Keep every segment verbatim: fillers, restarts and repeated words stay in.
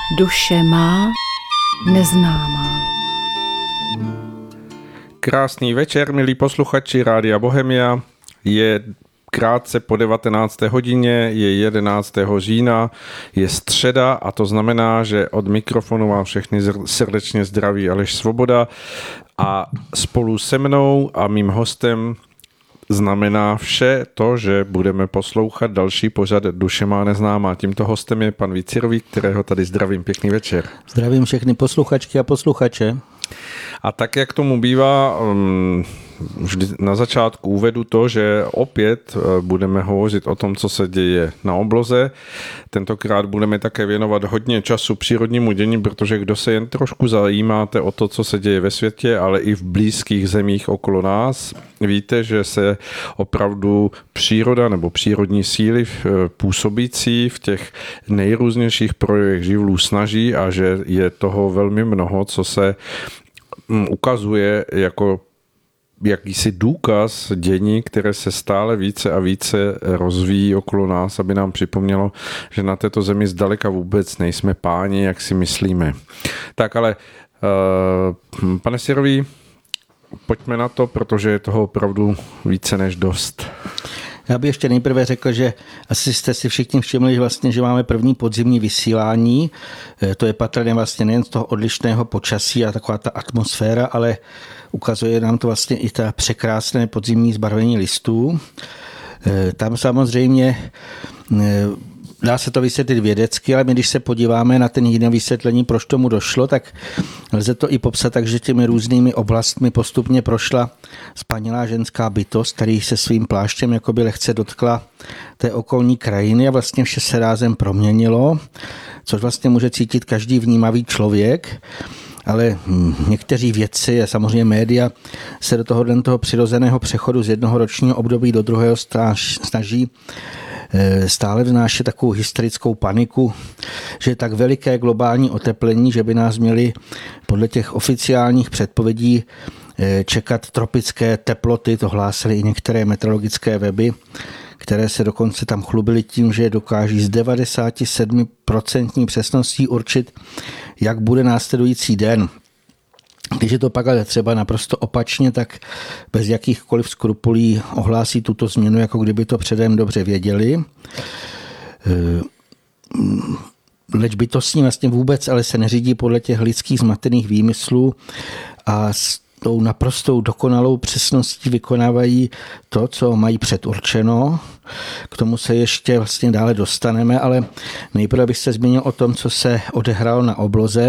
Duše má neznámá. Krásný večer, milí posluchači Rádia Bohemia. Je krátce po devatenácté hodině, je jedenáctého října, je středa a to znamená, že od mikrofonu vám všechny srdečně zdraví Aleš Svoboda a spolu se mnou a mým hostem znamená vše to, že budeme poslouchat další pořad Duše má neznámá. Tímto hostem je pan Vícirový, kterého tady zdravím. Pěkný večer. Zdravím všechny posluchačky a posluchače. A tak, jak tomu bývá, vždy na začátku uvedu to, že opět budeme hovořit o tom, co se děje na obloze. Tentokrát budeme také věnovat hodně času přírodnímu dění, protože kdo se jen trošku zajímáte o to, co se děje ve světě, ale i v blízkých zemích okolo nás, víte, že se opravdu příroda nebo přírodní síly působící v těch nejrůznějších projevech živlů snaží a že je toho velmi mnoho, co se ukazuje jako jakýsi důkaz dění, které se stále více a více rozvíjí okolo nás, aby nám připomnělo, že na této zemi zdaleka vůbec nejsme páni, jak si myslíme. Tak ale, uh, pane Sirový, pojďme na to, protože je toho opravdu více než dost. Já bych ještě nejprve řekl, že asi jste si všichni všimli, vlastně, že máme první podzimní vysílání. To je patrně vlastně nejen z toho odlišného počasí a taková ta atmosféra, ale ukazuje nám to vlastně i ta překrásné podzimní zbarvení listů. Tam samozřejmě dá se to vysvětlit vědecky, ale my když se podíváme na ten jiné vysvětlení, proč tomu došlo, tak lze to i popsat tak, že těmi různými oblastmi postupně prošla spanilá ženská bytost, který se svým pláštěm jakoby lehce dotkla té okolní krajiny a vlastně vše se rázem proměnilo, což vlastně může cítit každý vnímavý člověk. Ale někteří vědci a samozřejmě média se do tohohle toho přirozeného přechodu z jednoho ročního období do druhého snaží stále vnášet takovou hysterickou paniku, že je tak veliké globální oteplení, že by nás měly podle těch oficiálních předpovědí čekat tropické teploty, to hlásily i některé meteorologické weby, které se dokonce tam chlubily tím, že dokáží s devadesát sedm procent přesností určit, jak bude následující den. Když je to pak ale třeba naprosto opačně, tak bez jakýchkoliv skrupulí ohlásí tuto změnu, jako kdyby to předem dobře věděli. Leč bytostní vlastně vůbec ale se neřídí podle těch lidských zmatených výmyslů a s tou naprostou dokonalou přesností vykonávají to, co mají předurčeno. K tomu se ještě vlastně dále dostaneme, ale nejprve bych se zmínil o tom, co se odehrálo na obloze.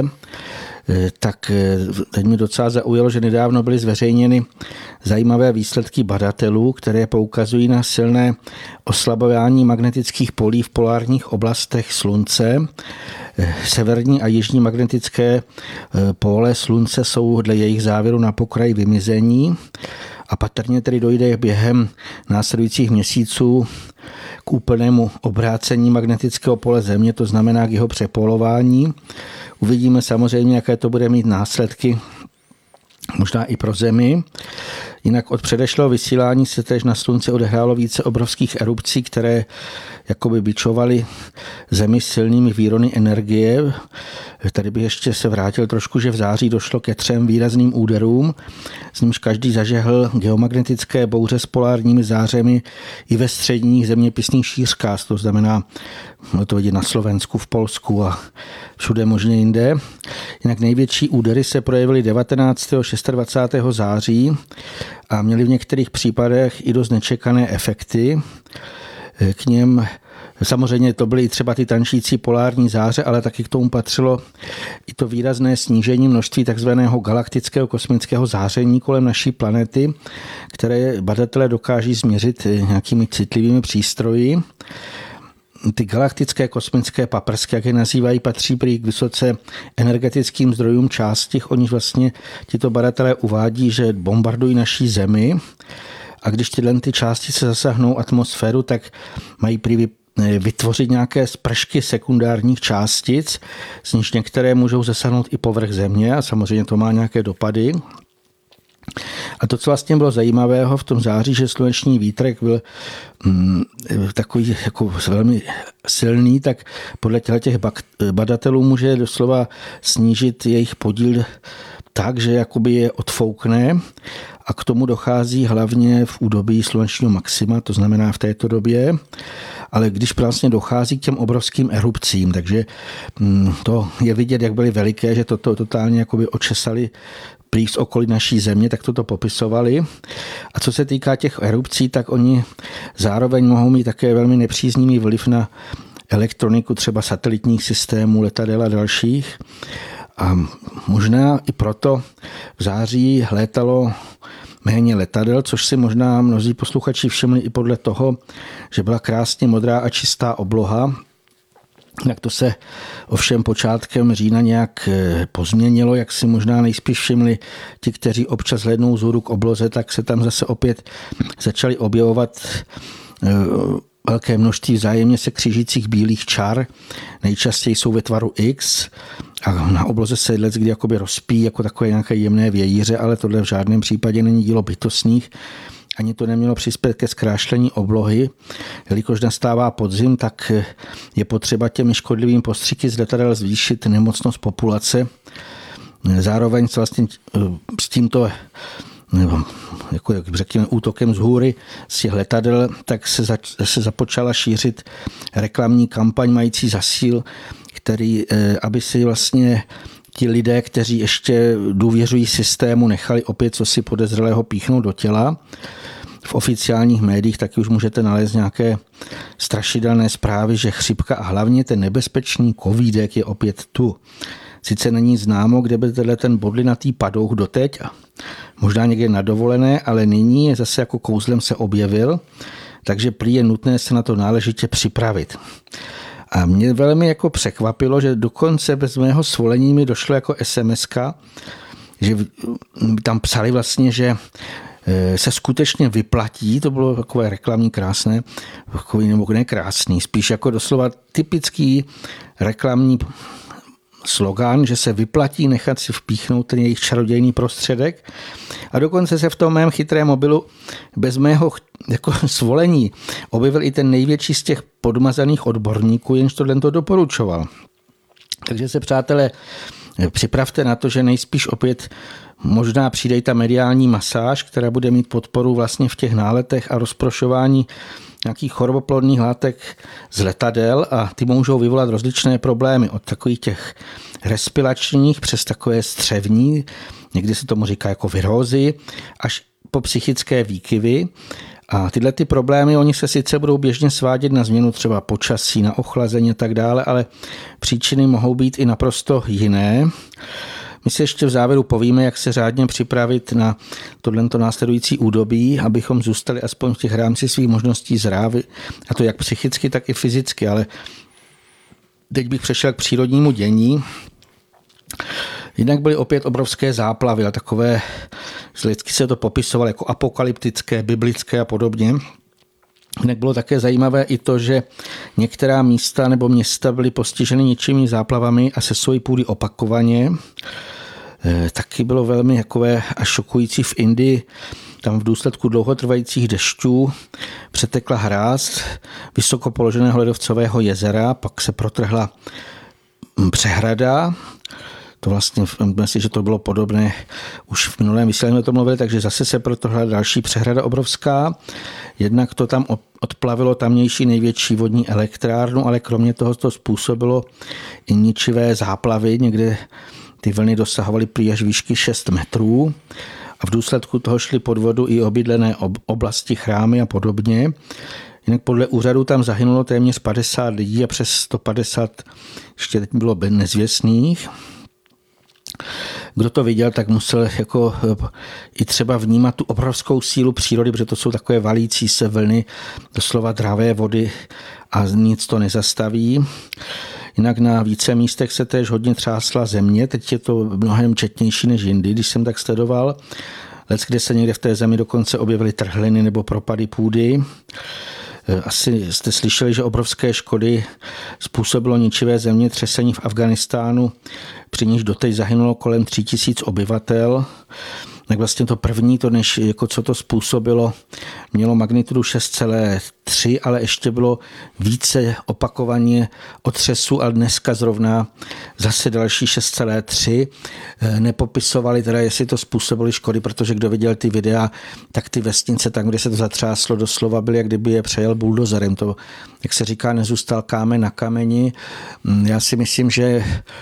Tak teď mi docela zaujalo, že nedávno byly zveřejněny zajímavé výsledky badatelů, které poukazují na silné oslabování magnetických polí v polárních oblastech Slunce. Severní a jižní magnetické pole Slunce jsou dle jejich závěru na pokraji vymizení a patrně tedy dojde během následujících měsíců k úplnému obrácení magnetického pole Země, to znamená k jeho přepolování. Uvidíme samozřejmě, jaké to bude mít následky, možná i pro Zemi. Jinak od předešlého vysílání se též na Slunci odehrálo více obrovských erupcí, které jakoby bičovaly Zemi silnými výrony energie. Tady bych ještě se vrátil trošku, že v září došlo ke třem výrazným úderům, s nímž každý zažehl geomagnetické bouře s polárními zářemi i ve středních zeměpisných šířkách, to znamená to vidět na Slovensku, v Polsku a všude možně jinde. Jinak největší údery se projevily devatenáctého a dvacátého šestého září a měly v některých případech i dost nečekané efekty. K něm samozřejmě to byly třeba ty tančící polární záře, ale taky k tomu patřilo i to výrazné snížení množství takzvaného galaktického kosmického záření kolem naší planety, které badatelé dokáží změřit nějakými citlivými přístroji. Ty galaktické kosmické paprsky, jak je nazývají, patří prý k vysoce energetickým zdrojům části, o nich vlastně tito badatelé uvádí, že bombardují naší Zemi a když tyhle ty částice zasahnou atmosféru, tak mají prý vytvořit nějaké spršky sekundárních částic, z nichž některé můžou zasáhnout i povrch Země a samozřejmě to má nějaké dopady. A to, co vlastně bylo zajímavého v tom září, že sluneční výtrek byl mm, takový jako velmi silný, tak podle těch badatelů může doslova snížit jejich podíl tak, že jakoby je odfoukne, a k tomu dochází hlavně v údobí slunečního maxima, to znamená v této době, ale když vlastně dochází k těm obrovským erupcím, takže to je vidět, jak byly veliké, že toto totálně jakoby očesali prý z okolí naší země, tak toto popisovali. A co se týká těch erupcí, tak oni zároveň mohou mít také velmi nepříznivý vliv na elektroniku třeba satelitních systémů, letadel a dalších. A možná i proto v září létalo méně letadel, což si možná mnozí posluchači všimli i podle toho, že byla krásně modrá a čistá obloha. Tak to se ovšem počátkem října nějak pozměnilo, jak si možná nejspíš všimli ti, kteří občas hlédnou vzhůru k obloze, tak se tam zase opět začaly objevovat velké množství vzájemně se křížících bílých čar. Nejčastěji jsou ve tvaru X a na obloze se leckdy jakoby rozpíjí jako takové nějaké jemné vějíře, ale tohle v žádném případě není dílo bytostných. Ani to nemělo přispět ke zkrášlení oblohy. Jelikož nastává podzim, tak je potřeba těmi škodlivými postřiky z letadel zvýšit nemocnost populace. Zároveň se vlastně s tímto jako řekněme, útokem z hůry z těch letadel, tak se, zač, se započala šířit reklamní kampaň mající za cíl, který, aby si vlastně ti lidé, kteří ještě důvěřují systému, nechali opět cosi podezřelého píchnout do těla. V oficiálních médiích taky už můžete nalézt nějaké strašidelné zprávy, že chřipka a hlavně ten nebezpečný covidek je opět tu. Sice není známo, kde by tenhle ten bodlinatý padouch doteď, možná někde na dovolené, ale nyní je zase jako kouzlem se objevil, takže prý je nutné se na to náležitě připravit. A mě velmi jako překvapilo, že dokonce bez mého svolení mi došlo jako es em eska, že tam psali vlastně, že se skutečně vyplatí, to bylo takové reklamní krásné, takový nebo ne krásný, spíš jako doslova typický reklamní slogan, že se vyplatí nechat si vpíchnout ten jejich čarodějný prostředek. A dokonce se v tom mém chytrém mobilu bez mého jako svolení objevil i ten největší z těch podmazaných odborníků, jenž tohle to doporučoval. Takže se, přátelé, připravte na to, že nejspíš opět možná přijde i ta mediální masáž, která bude mít podporu vlastně v těch náletech a rozprošování nějakých choroboplodných látek z letadel a ty můžou vyvolat rozličné problémy od takových těch respiračních přes takové střevní, někdy se tomu říká jako virózy, až po psychické výkyvy. A tyhle ty problémy, oni se sice budou běžně svádět na změnu třeba počasí, na ochlazení a tak dále, ale příčiny mohou být i naprosto jiné. My si ještě v závěru povíme, jak se řádně připravit na tohleto následující údobí, abychom zůstali aspoň v těch rámci svých možností zdraví, a to jak psychicky, tak i fyzicky. Ale teď bych přešel k přírodnímu dění. Jinak byly opět obrovské záplavy, a takové, lidsky se to popisovalo jako apokalyptické, biblické a podobně. Jinak bylo také zajímavé i to, že některá místa nebo města byly postiženy něčími záplavami a se svojí půdy opakovaně. Taky bylo velmi jakové až šokující v Indii. Tam v důsledku dlouhotrvajících dešťů přetekla hráz vysoko položeného ledovcového jezera, pak se protrhla přehrada. To vlastně, myslím, že to bylo podobné, už v minulém vysílání jsme to mluvili, takže zase se protrhla další přehrada obrovská. Jednak to tam odplavilo tamnější největší vodní elektrárnu, ale kromě toho to způsobilo i ničivé záplavy, někde ty vlny dosahovaly prý až výšky šest metrů a v důsledku toho šly pod vodu i obydlené oblasti, chrámy a podobně. Jinak podle úřadu tam zahynulo téměř padesát lidí a přes sto padesát ještě teď bylo nezvěstných. Kdo to viděl, tak musel jako i třeba vnímat tu obrovskou sílu přírody, protože to jsou takové valící se vlny, doslova dravé vody a nic to nezastaví. Jinak na více místech se též hodně třásla země, teď je to mnohem četnější než jindy, když jsem tak sledoval. Leckde se někde v té zemi dokonce objevily trhliny nebo propady půdy. Asi jste slyšeli, že obrovské škody způsobilo ničivé zemětřesení v Afghánistánu, při níž doteď zahynulo kolem tři tisíce obyvatel. tak vlastně to první, to než, jako co to způsobilo, mělo magnitudu šest celá tři, ale ještě bylo více opakovaně otřesů a dneska zrovna zase další šest celá tři. Nepopisovali teda, jestli to způsobily škody, protože kdo viděl ty videa, tak ty vesnice tam, kde se to zatřáslo, doslova byly, jak kdyby je přejel buldozerem. To, jak se říká, nezůstal kámen na kameni. Já si myslím, že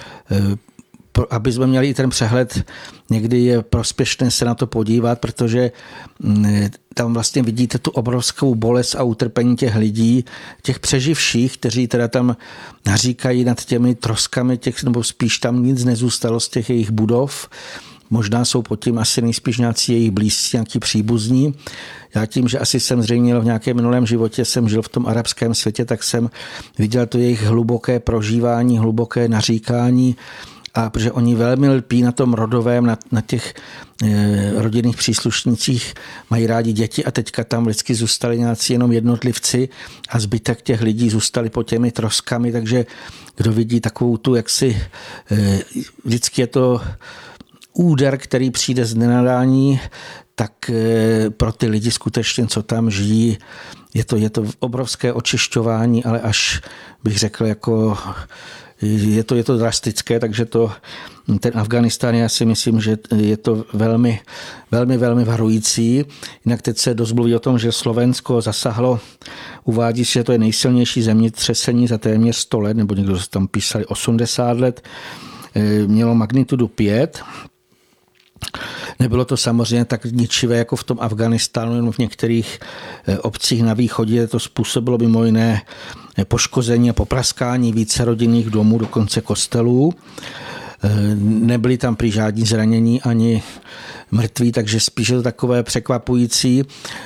aby jsme měli i ten přehled, někdy je prospěšné se na to podívat, protože tam vlastně vidíte tu obrovskou bolest a utrpení těch lidí, těch přeživších, kteří teda tam naříkají nad těmi troskami, těch, nebo spíš tam nic nezůstalo z těch jejich budov. Možná jsou pod tím asi nejspíš nějací jejich blízcí, nějaký příbuzní. Já tím, že asi jsem zřejmě v nějakém minulém životě jsem žil v tom arabském světě, tak jsem viděl to jejich hluboké prožívání, hluboké naříkání, a protože oni velmi lpí na tom rodovém, na, na těch e, rodinných příslušnících, mají rádi děti a teďka tam vždycky zůstali nějací jenom jednotlivci a zbytek těch lidí zůstali pod těmi troskami, takže kdo vidí takovou tu, jaksi e, vždycky je to úder, který přijde z nenadání, tak e, pro ty lidi skutečně, co tam žijí, je to, je to obrovské očišťování, ale až bych řekl jako Je to, je to drastické, takže to, ten Afghánistán, já si myslím, že je to velmi, velmi, velmi varující. Jinak teď se dost mluví o tom, že Slovensko zasahlo, uvádí se, že to je nejsilnější zemětřesení za téměř sto let, nebo někdo tam písali osmdesát let, mělo magnitudu pět. Nebylo to samozřejmě tak ničivé jako v tom Afghánistánu, jenom v některých obcích na východě. To způsobilo mimo jiné poškození a popraskání více rodinných domů, dokonce kostelů. Nebyly tam prý žádní zranění ani mrtví, takže spíš je to takové překvapující.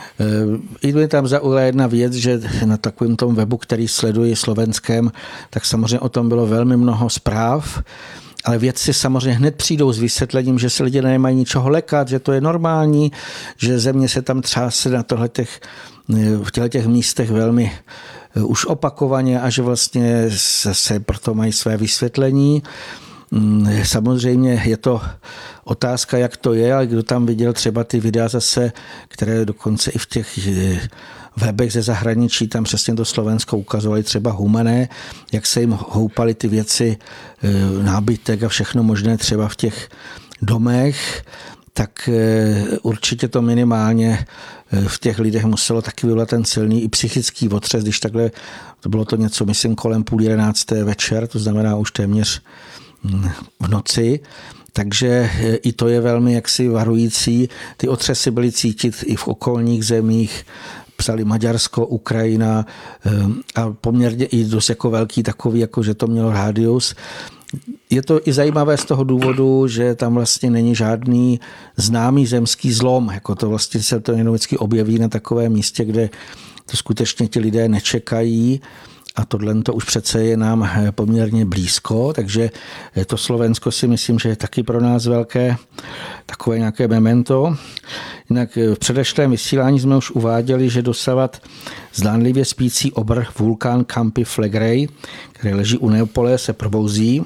I mě tam zaujala jedna věc, že na takovém tom webu, který sleduji slovenském, tak samozřejmě o tom bylo velmi mnoho zpráv, ale vědci samozřejmě hned přijdou s vysvětlením, že se lidi nemají ničeho lekat, že to je normální, že země se tam třáse na tohletech, v těchto místech velmi už opakovaně a že vlastně se proto mají své vysvětlení. Samozřejmě je to otázka, jak to je, ale kdo tam viděl třeba ty videa zase, které dokonce i v těch webech ze zahraničí, tam přesně to Slovensko ukazovali třeba Humané, jak se jim houpaly ty věci, nábytek a všechno možné třeba v těch domech, tak určitě to minimálně v těch lidech muselo taky vyvolat ten silný i psychický otřes, když takhle, to bylo to něco, myslím, kolem půl jedenácté večer, to znamená už téměř v noci, takže i to je velmi jaksi varující. Ty otřesy byly cítit i v okolních zemích, psali Maďarsko, Ukrajina a poměrně i dost jako velký takový, jako že to mělo rádius. Je to i zajímavé z toho důvodu, že tam vlastně není žádný známý zemský zlom, jako to vlastně se to jenom vždycky objeví na takovém místě, kde to skutečně ti lidé nečekají. A tohle to už přece je nám poměrně blízko, takže to Slovensko si myslím, že je taky pro nás velké takové nějaké memento. Jinak v předešlém vysílání jsme už uváděli, že dosavat zdánlivě spící obr vulkán Campi Flegrei, který leží u Neapole, se probouzí.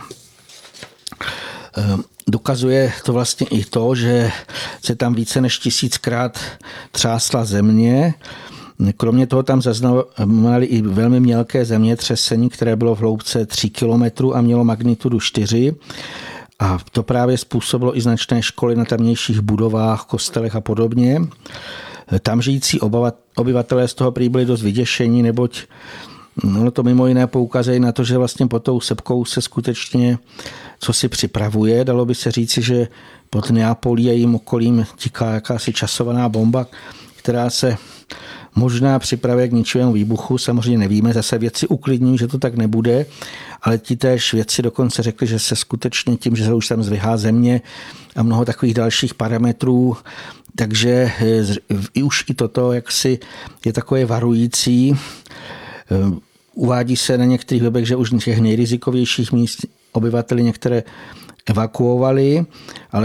Dokazuje to vlastně i to, že se tam více než tisíckrát třásla země. Kromě toho tam zaznamenali i velmi mělké zemětřesení, které bylo v hloubce tři kilometrů a mělo magnitudu čtyři. A to právě způsobilo i značné školy na tamnějších budovách, kostelech a podobně. Tam žijící obyvatelé z toho prý byli dost vyděšení, neboť no to mimo jiné poukazují na to, že vlastně pod tou sepkou se skutečně co si připravuje. Dalo by se říci, že pod Neapolí a jejím okolím tiká jakási časovaná bomba, která se možná připravuje k ničivému výbuchu, samozřejmě nevíme, zase vědci uklidní, že to tak nebude, ale ti též vědci dokonce řekli, že se skutečně tím, že se už tam zvyhá země a mnoho takových dalších parametrů, takže i už i toto jaksi je takové varující. Uvádí se na některých webech, že už z těch nejrizikovějších míst obyvateli některé evakuovali, ale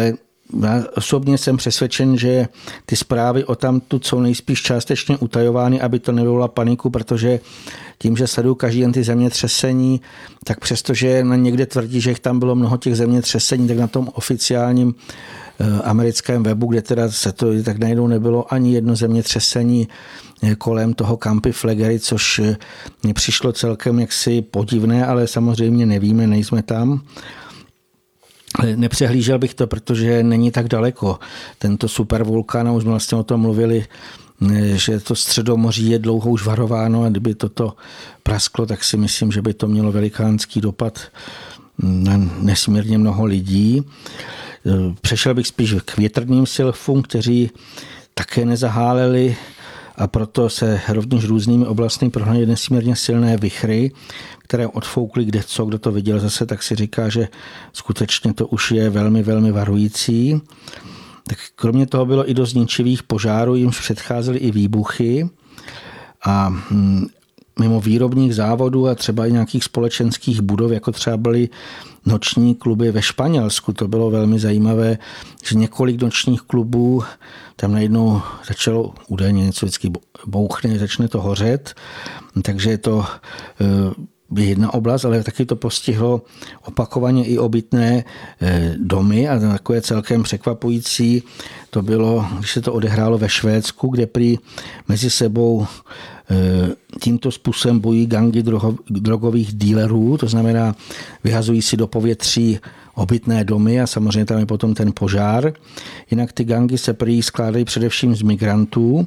Já osobně jsem přesvědčen, že ty zprávy o tamtud jsou nejspíš částečně utajovány, aby to nevyvolalo paniku, protože tím, že sledují každý den ty zemětřesení, tak přestože na někde tvrdí, že jich tam bylo mnoho těch zemětřesení, tak na tom oficiálním americkém webu, kde teda se to tak najednou nebylo ani jedno zemětřesení kolem toho Campy Phlegery, což mi přišlo celkem jaksi podivné, ale samozřejmě nevíme, nejsme tam. Nepřehlížel bych to, protože není tak daleko. Tento supervulkán, už jsme vlastně o tom mluvili, že to Středomoří je dlouho už varováno a kdyby toto prasklo, tak si myslím, že by to mělo velikánský dopad na nesmírně mnoho lidí. Přešel bych spíš k větrným silfům, kteří také nezaháleli a proto se rovněž různými oblastmi prohnaly nesmírně silné vichry, které odfoukly kde co, kdo to viděl zase, tak si říká, že skutečně to už je velmi, velmi varující. Tak kromě toho bylo i dost ničivých požárů, jimž předcházely i výbuchy a mimo výrobních závodů a třeba i nějakých společenských budov, jako třeba byly noční kluby ve Španělsku. To bylo velmi zajímavé, že několik nočních klubů tam najednou začalo údajně něco vždycky bouchne, začne to hořet, takže je to je jedna oblast, ale taky to postihlo opakovaně i obytné domy a takové celkem překvapující to bylo, když se to odehrálo ve Švédsku, kde prý mezi sebou tímto způsobem bojují gangy drogových dílerů, to znamená vyhazují si do povětří obytné domy a samozřejmě tam je potom ten požár. Jinak ty gangy se prý skládají především z migrantů.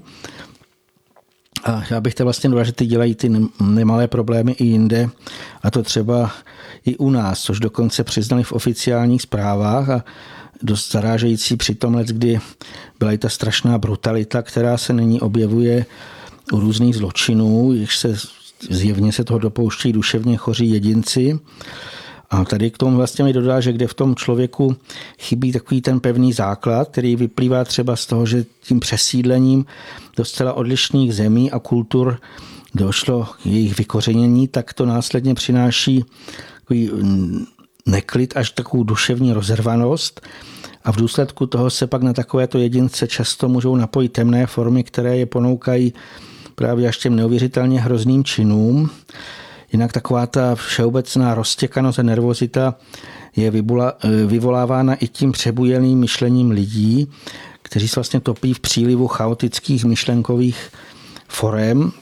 A já bych to vlastně dodal, že ty dělají ty nemalé problémy i jinde, a to třeba i u nás, což dokonce přiznali v oficiálních zprávách a dost zarážející při tom let, kdy byla i ta strašná brutalita, která se nyní objevuje u různých zločinů, již se zjevně se toho dopouští duševně choří jedinci. A tady k tomu vlastně mi dodá, že kde v tom člověku chybí takový ten pevný základ, který vyplývá třeba z toho, že tím přesídlením do zcela odlišných zemí a kultur došlo k jejich vykořenění, tak to následně přináší takový neklid až takovou duševní rozervanost. A v důsledku toho se pak na takovéto jedince často můžou napojit temné formy, které je ponoukají právě až těm neuvěřitelně hrozným činům. Jinak taková ta všeobecná roztěkanost a nervozita je vyvolávána i tím přebujelým myšlením lidí, kteří se vlastně topí v přílivu chaotických myšlenkových forem.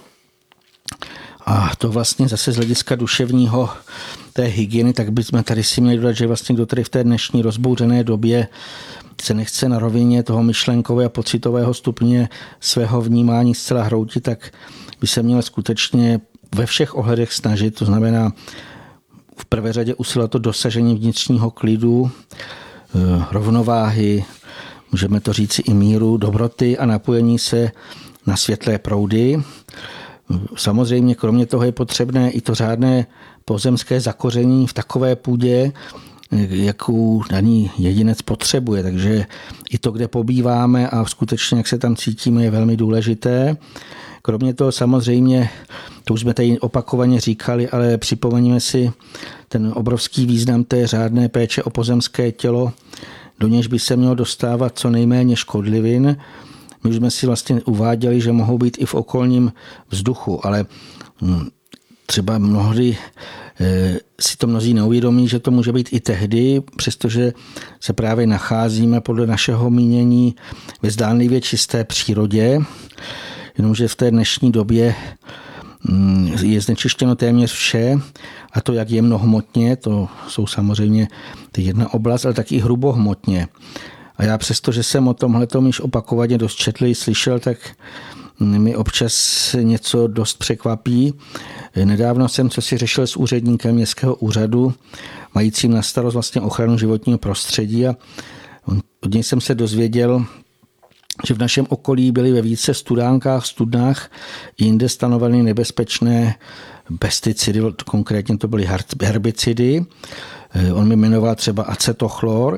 A to vlastně zase z hlediska duševního té hygieny, tak bychom tady si měli dodat, že vlastně kdo tady v té dnešní rozbouřené době se nechce na rovině toho myšlenkového a pocitového stupně svého vnímání zcela hroutit, tak by se měl skutečně ve všech ohledech snažit, to znamená v prvé řadě usilovat to dosažení vnitřního klidu, rovnováhy, můžeme to říct i míru, dobroty a napojení se na světlé proudy. Samozřejmě kromě toho je potřebné i to řádné pozemské zakoření v takové půdě, jakou daný jedinec potřebuje. Takže i to, kde pobýváme a skutečně, jak se tam cítíme, je velmi důležité. Kromě toho samozřejmě, to už jsme tady opakovaně říkali, ale připomeňme si ten obrovský význam té řádné péče o pozemské tělo, do něž by se mělo dostávat co nejméně škodlivin. My už jsme si vlastně uváděli, že mohou být i v okolním vzduchu, ale třeba mnohdy si to mnozí neuvědomí, že to může být i tehdy, přestože se právě nacházíme podle našeho mínění ve zdánlivě čisté přírodě, jenomže v té dnešní době je znečištěno téměř vše, a to jak jemnohmotně, to jsou samozřejmě ty jedna oblast, ale taky hrubohmotně. A já přesto, že jsem o tomhletom již opakovaně dost četl i slyšel, tak mi občas něco dost překvapí. Nedávno jsem co si řešil s úředníkem městského úřadu, majícím na starost vlastně ochranu životního prostředí, a od něj jsem se dozvěděl, že v našem okolí byly ve více studánkách, studnách jinde stanoveny nebezpečné pesticidy, konkrétně to byly herbicidy. On mi jmenoval třeba acetochlor,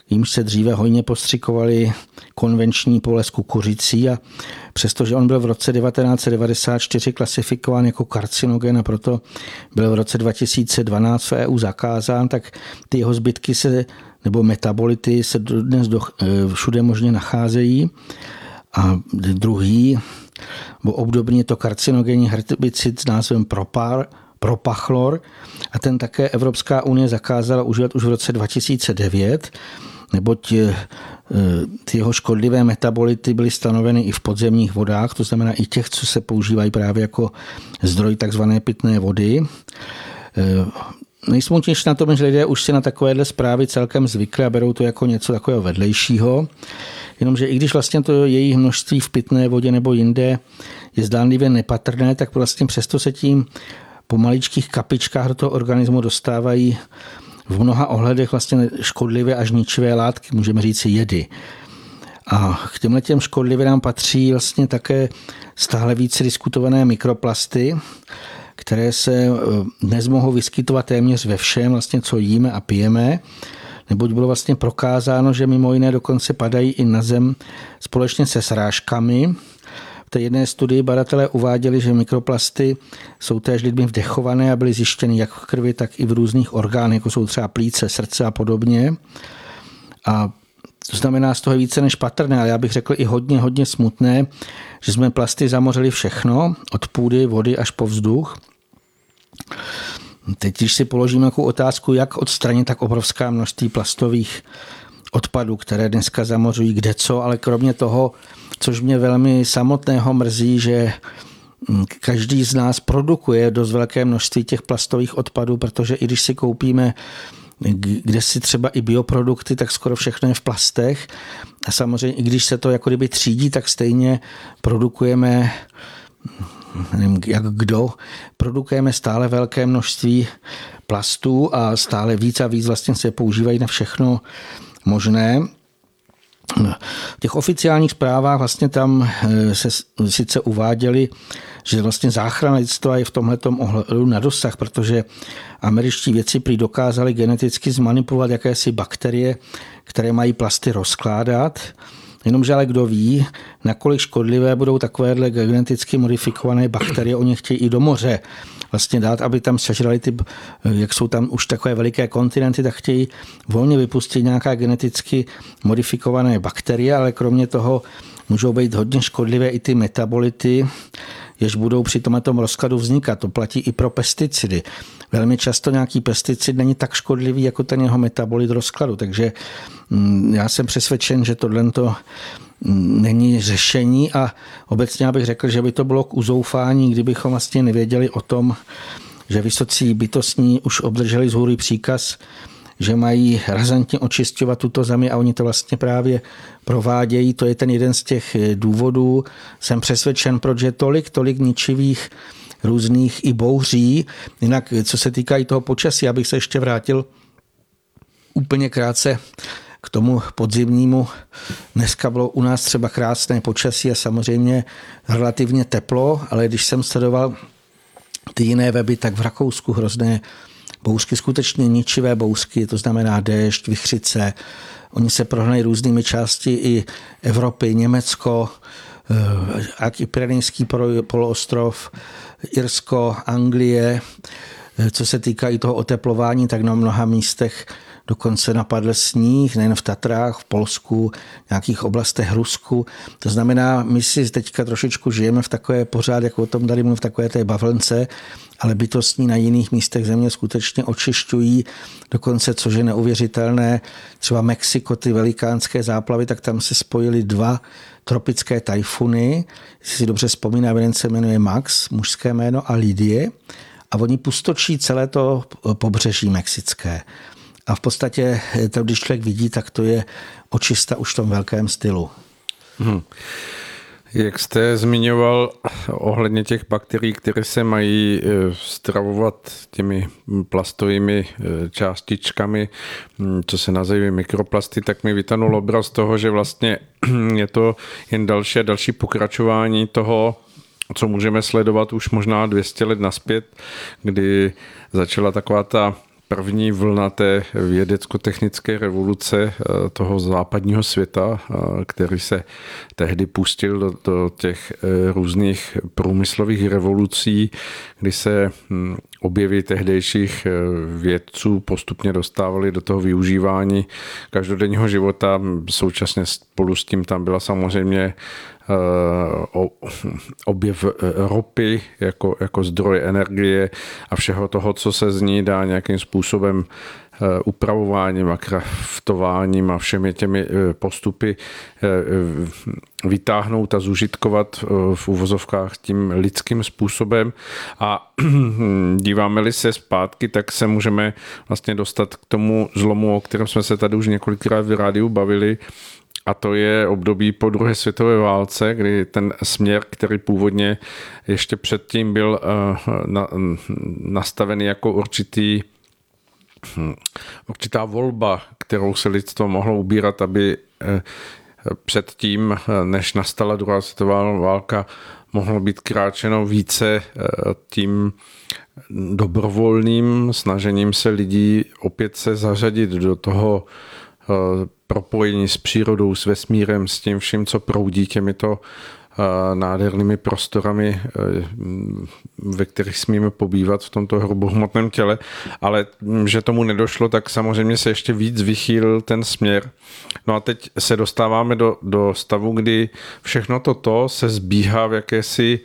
jímž se dříve hojně postřikovaly konvenční pole s kukuřicí a přestože on byl v roce devatenáct set devadesát čtyři klasifikován jako karcinogen a proto byl v roce dva tisíce dvanáct v E U zakázán, tak ty jeho zbytky se, nebo metabolity se dnes do, všude možně nacházejí. A druhý, bo obdobně je to karcinogenní herbicid s názvem Propar, Propachlor a ten také Evropská unie zakázala užívat už v roce dva tisíce devět, neboť ty jeho škodlivé metabolity byly stanoveny i v podzemních vodách, to znamená i těch, co se používají právě jako zdroj takzvané pitné vody. Nejsmutnější na tom, že lidé už si na takovéhle zprávy celkem zvykli a berou to jako něco takového vedlejšího, jenomže i když vlastně to jejich množství v pitné vodě nebo jinde je zdánlivě nepatrné, tak vlastně přesto se tím po maličkých kapičkách do toho organismu dostávají v mnoha ohledech vlastně škodlivé až ničivé látky, můžeme říct jedy. A k těmhle těm škodlivinám patří vlastně také stále více diskutované mikroplasty, které se dnes mohou vyskytovat téměř ve všem, vlastně, co jíme a pijeme, neboť bylo vlastně prokázáno, že mimo jiné dokonce padají i na zem společně se srážkami. V té jedné studii badatelé uváděli, že mikroplasty jsou též lidmi vdechované a byly zjištěny jak v krvi, tak i v různých orgánech, jako jsou třeba plíce, srdce a podobně. A to znamená, z toho je více než patrné, ale já bych řekl i hodně, hodně smutné, že jsme plasty zamořili všechno, od půdy, vody až po vzduch. Teď, když si položím nějakou otázku, jak odstranit tak obrovská množství plastových odpadů, které dneska zamořují kde co, ale kromě toho, což mě velmi samotného mrzí, že každý z nás produkuje dost velké množství těch plastových odpadů, protože i když si koupíme kde si třeba i bioprodukty, tak skoro všechno je v plastech. A samozřejmě, i když se to jako kdyby třídí, tak stejně produkujeme, nevím jak kdo, produkujeme stále velké množství plastů a stále víc a víc vlastně se používají na všechno možné. V těch oficiálních zprávách vlastně tam se sice uváděli, že vlastně záchrana lidstva je v tomhletom ohledu na dosah, protože američtí vědci prý dokázali geneticky zmanipulovat jakési bakterie, které mají plasty rozkládat. Jenomže ale kdo ví, nakolik škodlivé budou takovéhle geneticky modifikované bakterie, oni chtějí i do moře vlastně dát, aby tam sežrali ty, jak jsou tam už takové veliké kontinenty, tak chtějí volně vypustit nějaká geneticky modifikované bakterie, ale kromě toho můžou být hodně škodlivé i ty metabolity, jež budou při tomto rozkladu vznikat. To platí i pro pesticidy. Velmi často nějaký pesticid není tak škodlivý jako ten jeho metabolit rozkladu, takže já jsem přesvědčen, že tohle není řešení a obecně bych řekl, že by to bylo k uzoufání, kdybychom vlastně nevěděli o tom, že vysocí bytostní už obdrželi z hůry příkaz, že mají razantně očisťovat tuto zemi a oni to vlastně právě provádějí. To je ten jeden z těch důvodů. Jsem přesvědčen, proč je tolik, tolik ničivých různých i bouří. Jinak, co se týká i toho počasí, abych se ještě vrátil úplně krátce k tomu podzimnímu. Dneska bylo u nás třeba krásné počasí a samozřejmě relativně teplo, ale když jsem sledoval ty jiné weby, tak v Rakousku hrozné bouřky, skutečně ničivé bouřky, to znamená déšť, vichřice. Oni se prohnají různými části i Evropy, Německo, jak i Pyrenejský poloostrov, Irsko, Anglie. Co se týká i toho oteplování, tak na mnoha místech dokonce napadl sníh, nejen v Tatrách, v Polsku, v nějakých oblastech Rusku. To znamená, my si teďka trošičku žijeme v takové pořád, jako o tom tady mluvím, v takové té bavlnce, ale bytostní na jiných místech země skutečně očišťují, dokonce, což je neuvěřitelné, třeba Mexiko, ty velikánské záplavy, tak tam se spojily dva tropické tajfuny, jestli si dobře vzpomínám, jeden se jmenuje Max, mužské jméno, a Lidie, a oni pustočí celé to pobřeží mexické. A v podstatě to, když člověk vidí, tak to je očista už v tom velkém stylu. Hmm. Jak jste zmiňoval ohledně těch bakterií, které se mají stravovat těmi plastovými částičkami, co se nazývají mikroplasty, tak mi vytanul obraz toho, že vlastně je to jen další a další pokračování toho, co můžeme sledovat už možná dvě stě let nazpět, kdy začala taková ta první vlna té vědecko-technické revoluce toho západního světa, který se tehdy pustil do, do těch různých průmyslových revolucí, kdy se objevy tehdejších vědců postupně dostávaly do toho využívání každodenního života. Současně spolu s tím tam byla samozřejmě objev ropy jako, jako zdroje energie a všeho toho, co se z ní dá nějakým způsobem upravováním a kraftováním a všemi těmi postupy vytáhnout a zužitkovat v uvozovkách tím lidským způsobem. A díváme-li se zpátky, tak se můžeme vlastně dostat k tomu zlomu, o kterém jsme se tady už několikrát v rádiu bavili, a to je období po druhé světové válce, kdy ten směr, který původně ještě předtím byl nastavený jako určitý určitá volba, kterou se lidstvo mohlo ubírat, aby předtím, než nastala druhá světová válka, mohlo být kráčeno více tím dobrovolným snažením se lidí opět se zařadit do toho propojení s přírodou, s vesmírem, s tím vším, co proudí těmito nádhernými prostorami, ve kterých smíme pobývat v tomto hrubohmotném těle, ale že tomu nedošlo, tak samozřejmě se ještě víc vychýlil ten směr. No a teď se dostáváme do, do stavu, kdy všechno toto se zbíhá v jakési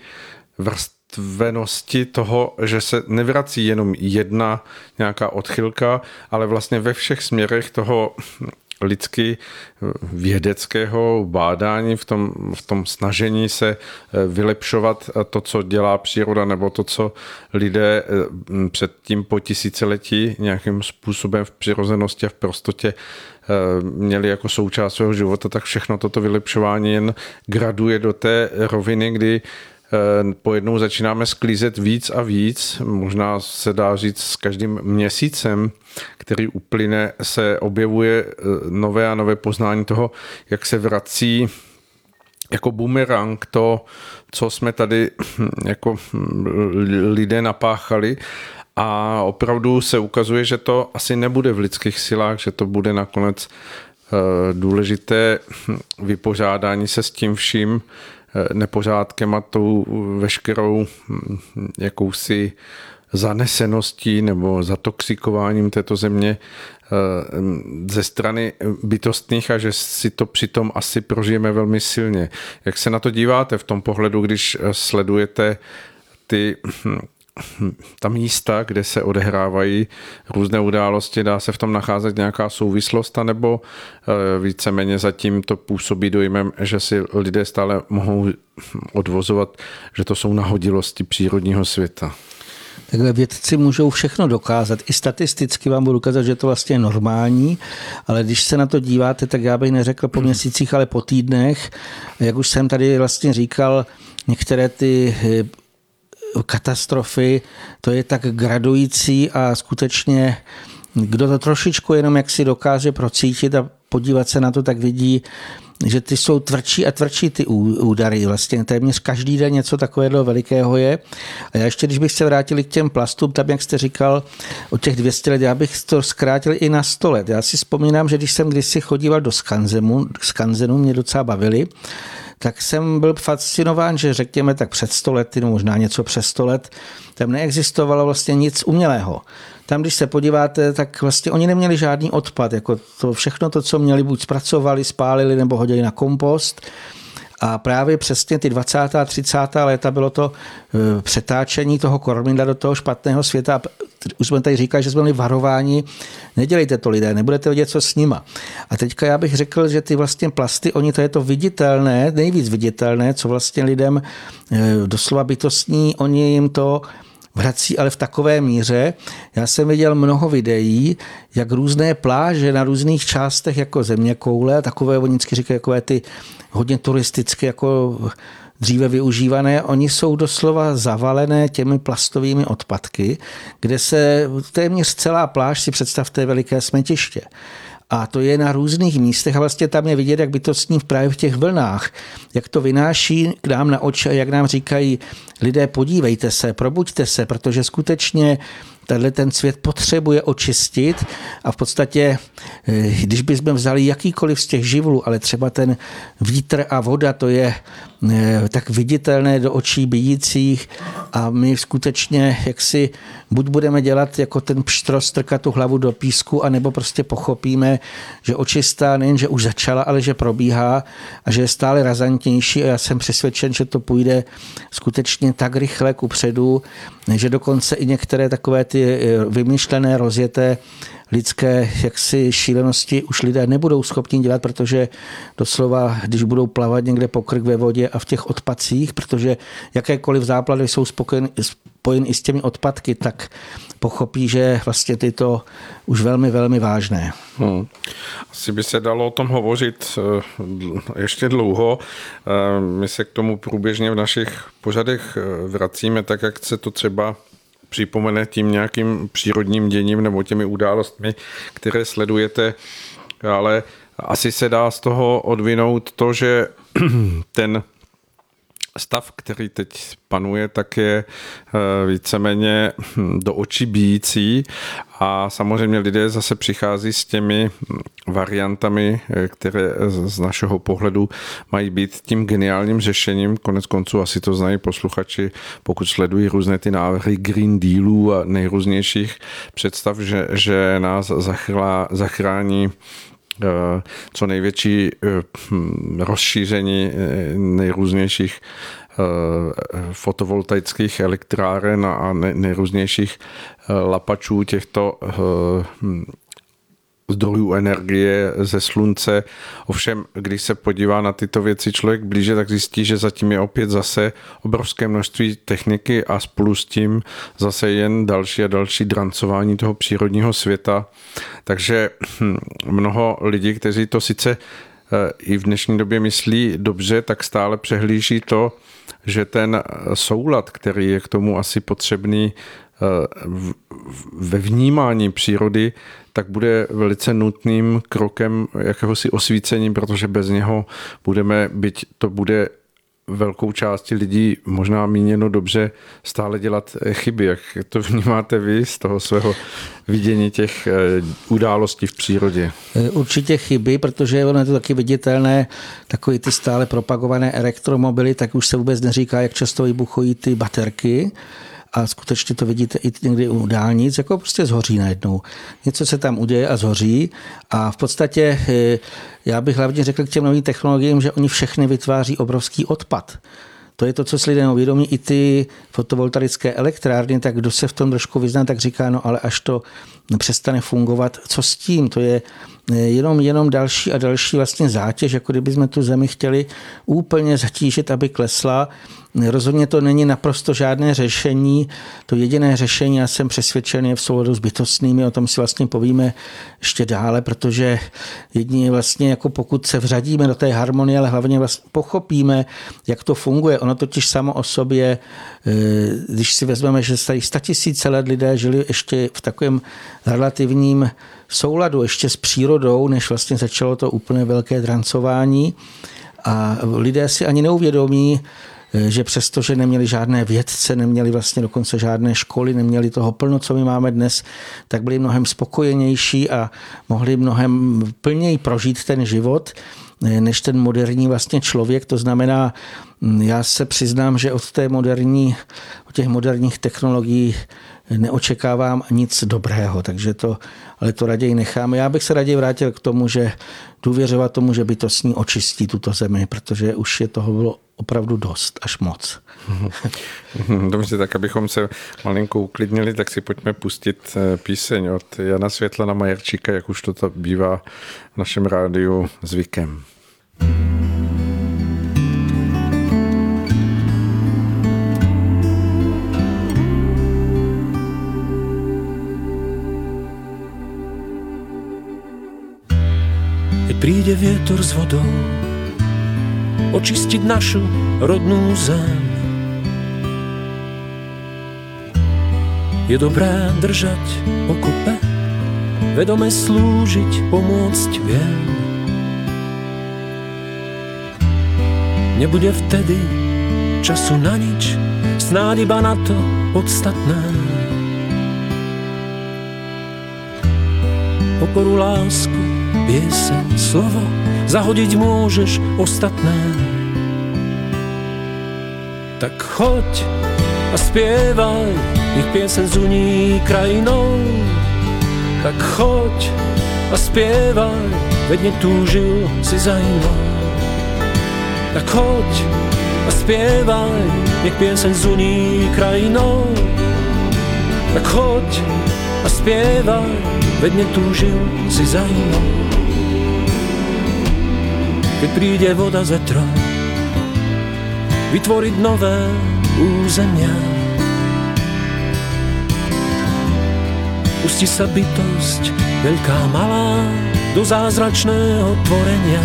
vrstvenosti toho, že se nevrací jenom jedna nějaká odchylka, ale vlastně ve všech směrech toho lidsky vědeckého bádání, v tom, v tom snažení se vylepšovat to, co dělá příroda, nebo to, co lidé předtím po tisíciletí nějakým způsobem v přirozenosti a v prostotě měli jako součást svého života, tak všechno toto vylepšování jen graduje do té roviny, kdy pojednou začínáme sklízet víc a víc, možná se dá říct s každým měsícem, který uplyne, se objevuje nové a nové poznání toho, jak se vrací jako bumerang to, co jsme tady jako lidé napáchali, a opravdu se ukazuje, že to asi nebude v lidských silách, že to bude nakonec důležité vypořádání se s tím vším nepořádkem a tou veškerou jakousi zaneseností nebo zatoxikováním této země ze strany bytostných, a že si to přitom asi prožijeme velmi silně. Jak se na to díváte v tom pohledu, když sledujete ty ta místa, kde se odehrávají různé události, dá se v tom nacházet nějaká souvislost, anebo víceméně zatím to působí dojmem, že si lidé stále mohou odvozovat, že to jsou nahodilosti přírodního světa? Takhle vědci můžou všechno dokázat. I statisticky vám budu ukázat, že to vlastně je normální, ale když se na to díváte, tak já bych neřekl po měsících, ale po týdnech. Jak už jsem tady vlastně říkal, některé ty katastrofy, to je tak gradující a skutečně kdo to trošičku jenom jak si dokáže procítit a podívat se na to, tak vidí, že ty jsou tvrdší a tvrdší ty údary. Vlastně téměř každý den něco takového velikého je. A já ještě, když bych se vrátil k těm plastům, tam, jak jste říkal, o těch dvě stě let, já bych to zkrátil i na sto let. Já si vzpomínám, že když jsem kdysi chodíval do Skanzenu, Skanzenu mě docela bavili, tak jsem byl fascinován, že řekněme tak před sto lety, no možná něco přes sto let, tam neexistovalo vlastně nic umělého. Tam, když se podíváte, tak vlastně oni neměli žádný odpad. Jako to všechno to, co měli, buď zpracovali, spálili nebo hodili na kompost. A právě přesně ty dvacátá třicátá léta bylo to přetáčení toho kormidla do toho špatného světa. Už jsme tady říkali, že jsme byli varováni, nedělejte to lidé, nebudete vědět, co s nima. A teďka já bych řekl, že ty vlastně plasty, oni to je to viditelné, nejvíc viditelné, co vlastně lidem doslova bytostní, oni jim to vrací, ale v takové míře. Já jsem viděl mnoho videí, jak různé pláže na různých částech jako zeměkoule, takové oni vždycky říkají, takové ty hodně turistické, jako dříve využívané, oni jsou doslova zavalené těmi plastovými odpadky, kde se téměř celá pláž, si představte, veliké smetiště. A to je na různých místech a vlastně tam je vidět, jak bytostní právě v těch vlnách, jak to vynáší k nám na oči a jak nám říkají lidé, podívejte se, probuďte se, protože skutečně tenhle ten svět potřebuje očistit a v podstatě, když bychom vzali jakýkoliv z těch živlů, ale třeba ten vítr a voda, to je tak viditelné do očí bijících a my skutečně jaksi buď budeme dělat jako ten pštros, strkat tu hlavu do písku, anebo prostě pochopíme, že očista nejen, že už začala, ale že probíhá a že je stále razantnější a já jsem přesvědčen, že to půjde skutečně tak rychle kupředu, že dokonce i některé takové ty vymyšlené, rozjeté lidské jaksi šílenosti už lidé nebudou schopni dělat, protože doslova, když budou plavat někde po krk ve vodě a v těch odpadcích, protože jakékoliv záplavy jsou spojen, spojen i s těmi odpadky, tak pochopí, že vlastně ty to už velmi, velmi vážné. Hmm. Asi by se dalo o tom hovořit ještě dlouho. My se k tomu průběžně v našich pořadech vracíme, tak jak se to třeba připomene tím nějakým přírodním děním nebo těmi událostmi, které sledujete, ale asi se dá z toho odvinout to, že ten stav, který teď panuje, tak je víceméně do očí bijící a samozřejmě lidé zase přichází s těmi variantami, které z našeho pohledu mají být tím geniálním řešením. Konec konců asi to znají posluchači, pokud sledují různé ty návrhy Green Dealů a nejrůznějších představ, že, že nás zachrá, zachrání co největší rozšíření nejrůznějších fotovoltaických elektráren a nejrůznějších lapačů těchto zdrojů energie ze slunce. Ovšem, když se podívá na tyto věci člověk blíže, tak zjistí, že zatím je opět zase obrovské množství techniky a spolu s tím zase jen další a další drancování toho přírodního světa. Takže mnoho lidí, kteří to sice i v dnešní době myslí dobře, tak stále přehlíží to, že ten soulad, který je k tomu asi potřebný ve vnímání přírody, tak bude velice nutným krokem jakéhosi osvícení, protože bez něho budeme, byť to bude velkou části lidí možná míněno dobře, stále dělat chyby. Jak to vnímáte vy z toho svého vidění těch událostí v přírodě? Určitě chyby, protože ono je to taky viditelné, takový ty stále propagované elektromobily, tak už se vůbec neříká, jak často vybuchují ty baterky. A skutečně to vidíte i někdy u dálnic, jako prostě zhoří najednou. Něco se tam uděje a zhoří a v podstatě já bych hlavně řekl k těm novým technologiím, že oni všechny vytváří obrovský odpad. To je to, co si lidé neuvědomí, i ty fotovoltaické elektrárny, tak kdo se v tom trošku vyzná, tak říká, no ale až to přestane fungovat, co s tím? To je jenom, jenom další a další vlastně zátěž, jako kdyby jsme tu zemi chtěli úplně zatížit, aby klesla. Rozhodně to není naprosto žádné řešení. To jediné řešení, já jsem přesvědčen, je v souladu s bytostnými, o tom si vlastně povíme ještě dále, protože jedině vlastně, jako pokud se vřadíme do té harmonie, ale hlavně vlastně pochopíme, jak to funguje. Ono totiž samo o sobě, když si vezmeme, že tady statisíce let lidé žili ještě v takovém relativním souladu ještě s přírodou, než vlastně začalo to úplně velké drancování. A lidé si ani neuvědomí, že přesto, že neměli žádné vědce, neměli vlastně dokonce žádné školy, neměli toho plno, co my máme dnes, tak byli mnohem spokojenější a mohli mnohem plněji prožít ten život, než ten moderní vlastně člověk. To znamená, já se přiznám, že od té moderní, od těch moderních technologií neočekávám nic dobrého, takže to, ale to raději necháme. Já bych se raději vrátil k tomu, že důvěřovat tomu, že bytostní očistí tuto zemi, protože už je toho bylo opravdu dost, až moc. Dobře, tak abychom se malinko uklidnili, tak si pojďme pustit píseň od Jana Světlana Majerčíka, jak už to bývá v našem rádiu zvykem. Keď príde vietor s vodou očistiť našu rodnú zem, je dobré držať pokope, vedome slúžiť, pomôcť viem. Nebude vtedy času na nič, snáď iba na to podstatné. pokoru, lásku, pieseň, slovo, zahodiť môžeš ostatné. Tak choď a spievaj, nech pieseň zuní krajinou. Tak choď a spievaj, veď netúžil si za inou. Tak choď a spievaj, nech pieseň zuní krajinou. Tak choď a spievaj, veď netúžil si za inou. Keď príde voda z vetra, vytvoriť nové územia. Pustí sa bytosť, veľká, malá, do zázračného tvorenia.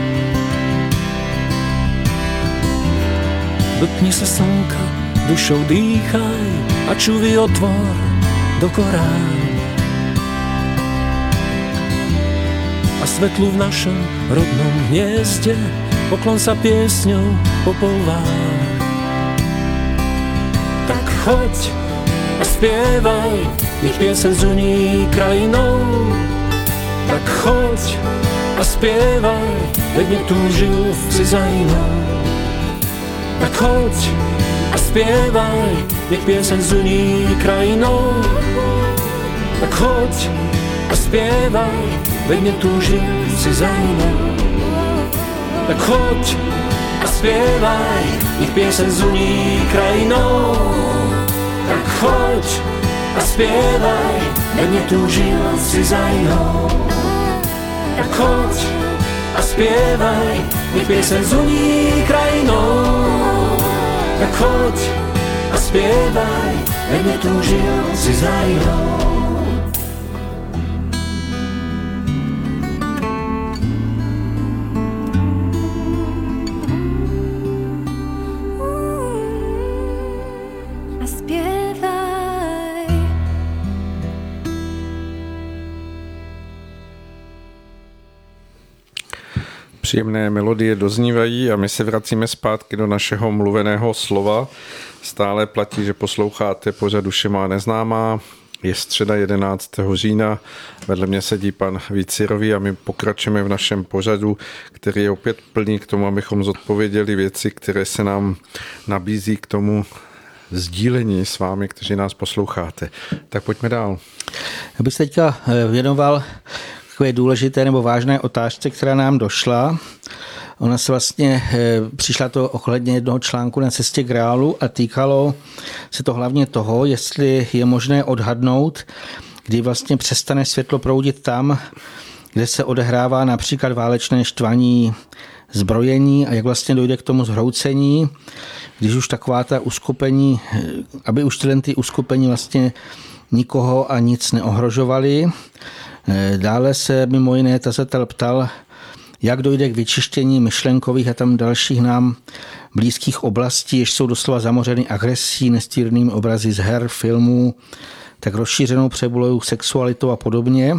Dotkni sa slnka, dušou dýchaj a čuvy otvor do korán. A svetlu v našom rodnom hniezde poklon sa piesňou popolvár. Tak choď a spievaj, nech pieseň zuní krajinou. Tak choď a spievaj, veď netúžil si za inou. Tak choď a spievaj, nech pieseň zuní krajinou. Tak choď a spievaj, veď netúžil si za inou. Tak choď a spievaj, nech pieseň zuní krajinou. Tak choď a spievaj, veď netúžil si za inou. Tak choď a spievaj, nech pieseň zuní krajinou. Tak choď a spievaj, veď netúžil si za inou. Příjemné melodie doznívají a my se vracíme zpátky do našeho mluveného slova. Stále platí, že posloucháte pořad Duše má neznámá. Je středa jedenáctého října, vedle mě sedí pan Vícirový a my pokračujeme v našem pořadu, který je opět plný k tomu, abychom zodpověděli věci, které se nám nabízí k tomu sdílení s vámi, kteří nás posloucháte. Tak pojďme dál. Já bych se teďka věnoval takové důležité nebo vážné otázce, která nám došla. Ona se vlastně přišla to ohledně jednoho článku Na cestě k reálu a týkalo se to hlavně toho, jestli je možné odhadnout, kdy vlastně přestane světlo proudit tam, kde se odehrává například válečné štvaní, zbrojení a jak vlastně dojde k tomu zhroucení, když už taková ta uskupení, aby už tyhle ty uskupení vlastně nikoho a nic neohrožovali. Dále se mimo jiné tazatel ptal, jak dojde k vyčištění myšlenkových a tam dalších nám blízkých oblastí, jež jsou doslova zamořeny agresí, nestýrnými obrazy z her, filmů, tak rozšířenou přebulovou sexualitou a podobně.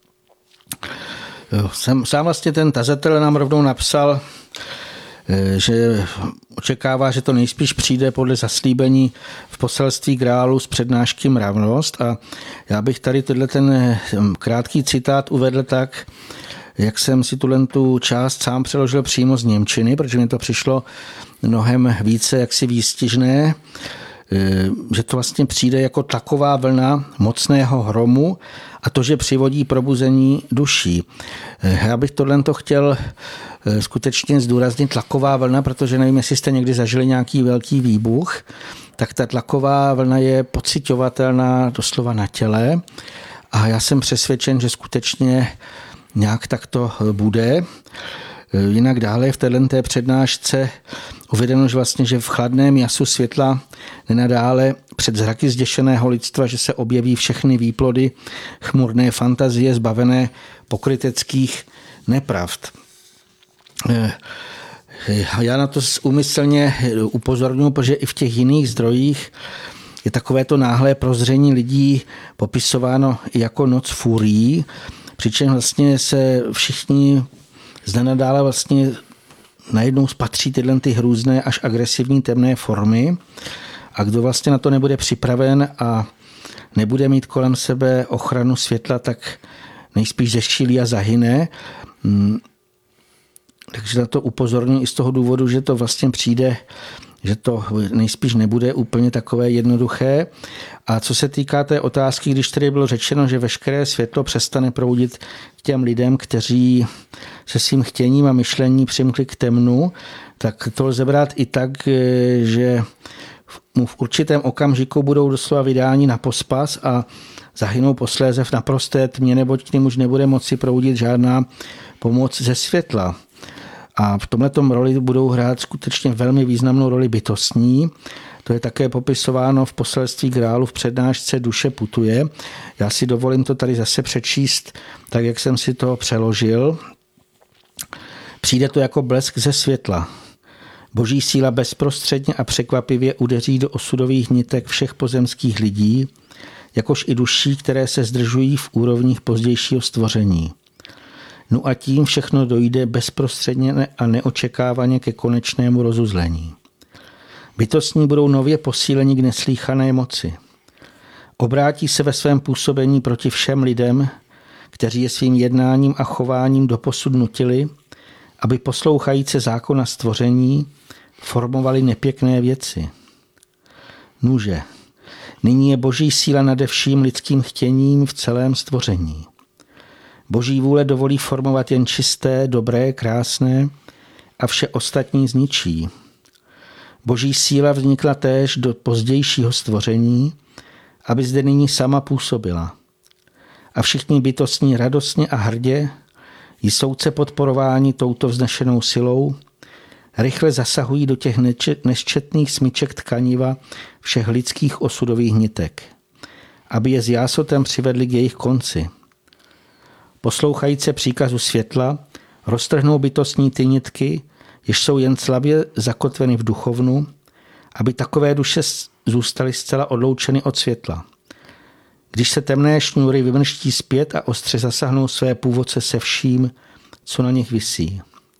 Sám vlastně ten tazatel nám rovnou napsal, že očekává, že to nejspíš přijde podle zaslíbení v poselství Grálu z přednášky Mravnost a já bych tady tenhle ten krátký citát uvedl tak, jak jsem si tuhle tu část sám přeložil přímo z němčiny, protože mi to přišlo mnohem více jaksi výstižné, že to vlastně přijde jako taková vlna mocného hromu a to, že přivodí probuzení duší. Já bych tohle to chtěl skutečně zdůraznit, tlaková vlna, protože nevím, jestli jste někdy zažili nějaký velký výbuch, tak ta tlaková vlna je pociťovatelná doslova na těle a já jsem přesvědčen, že skutečně nějak tak to bude. Jinak dále v této přednášce uvedeno, že vlastně, že v chladném jasu světla nenadále před zraky zděšeného lidstva, že se objeví všechny výplody chmurné fantazie zbavené pokryteckých nepravd. Já na to úmyslně upozorňuji, protože i v těch jiných zdrojích je takové to náhlé prozření lidí popisováno jako noc furií, přičemž vlastně se všichni znenadále vlastně najednou spatří tyhle ty hrůzné až agresivní temné formy a kdo vlastně na to nebude připraven a nebude mít kolem sebe ochranu světla, tak nejspíš zešílí a zahyne. Takže na to upozorňuji i z toho důvodu, že to vlastně přijde, že to nejspíš nebude úplně takové jednoduché. A co se týká té otázky, když tady bylo řečeno, že veškeré světlo přestane proudit k těm lidem, kteří se svým chtěním a myšlení přimkli k temnu, tak to lze brát i tak, že mu v určitém okamžiku budou doslova vydáni na pospas a zahynou posléze v naprosté tmě, neboť k nim už nebude moci proudit žádná pomoc ze světla. A v tomhletom roli budou hrát skutečně velmi významnou roli bytostní. To je také popisováno v poselství Grálu v přednášce Duše putuje. Já si dovolím to tady zase přečíst, tak jak jsem si to přeložil. Přijde to jako blesk ze světla. Boží síla bezprostředně a překvapivě udeří do osudových nitek všech pozemských lidí, jakož i duší, které se zdržují v úrovních pozdějšího stvoření. No a tím všechno dojde bezprostředně a neočekávaně ke konečnému rozuzlení. Bytostní budou nově posíleni k neslýchané moci. Obrátí se ve svém působení proti všem lidem, kteří je svým jednáním a chováním doposud nutili, aby poslouchajíce zákona stvoření formovali nepěkné věci. Nuže, nyní je boží síla nade vším lidským chtěním v celém stvoření. Boží vůle dovolí formovat jen čisté, dobré, krásné a vše ostatní zničí. Boží síla vznikla též do pozdějšího stvoření, aby zde nyní sama působila. A všichni bytostní radostně a hrdě, jsouce podporováni touto vznešenou silou, rychle zasahují do těch nesčetných smyček tkaniva všech lidských osudových nitek, aby je s jásotem přivedli k jejich konci. Poslouchajíce příkazu světla roztrhnou bytostní ty nitky, jež jsou jen slabě zakotveny v duchovnu, aby takové duše zůstaly zcela odloučeny od světla. Když se temné šňůry vymrští zpět a ostře zasahnou své původce se vším, co na nich visí.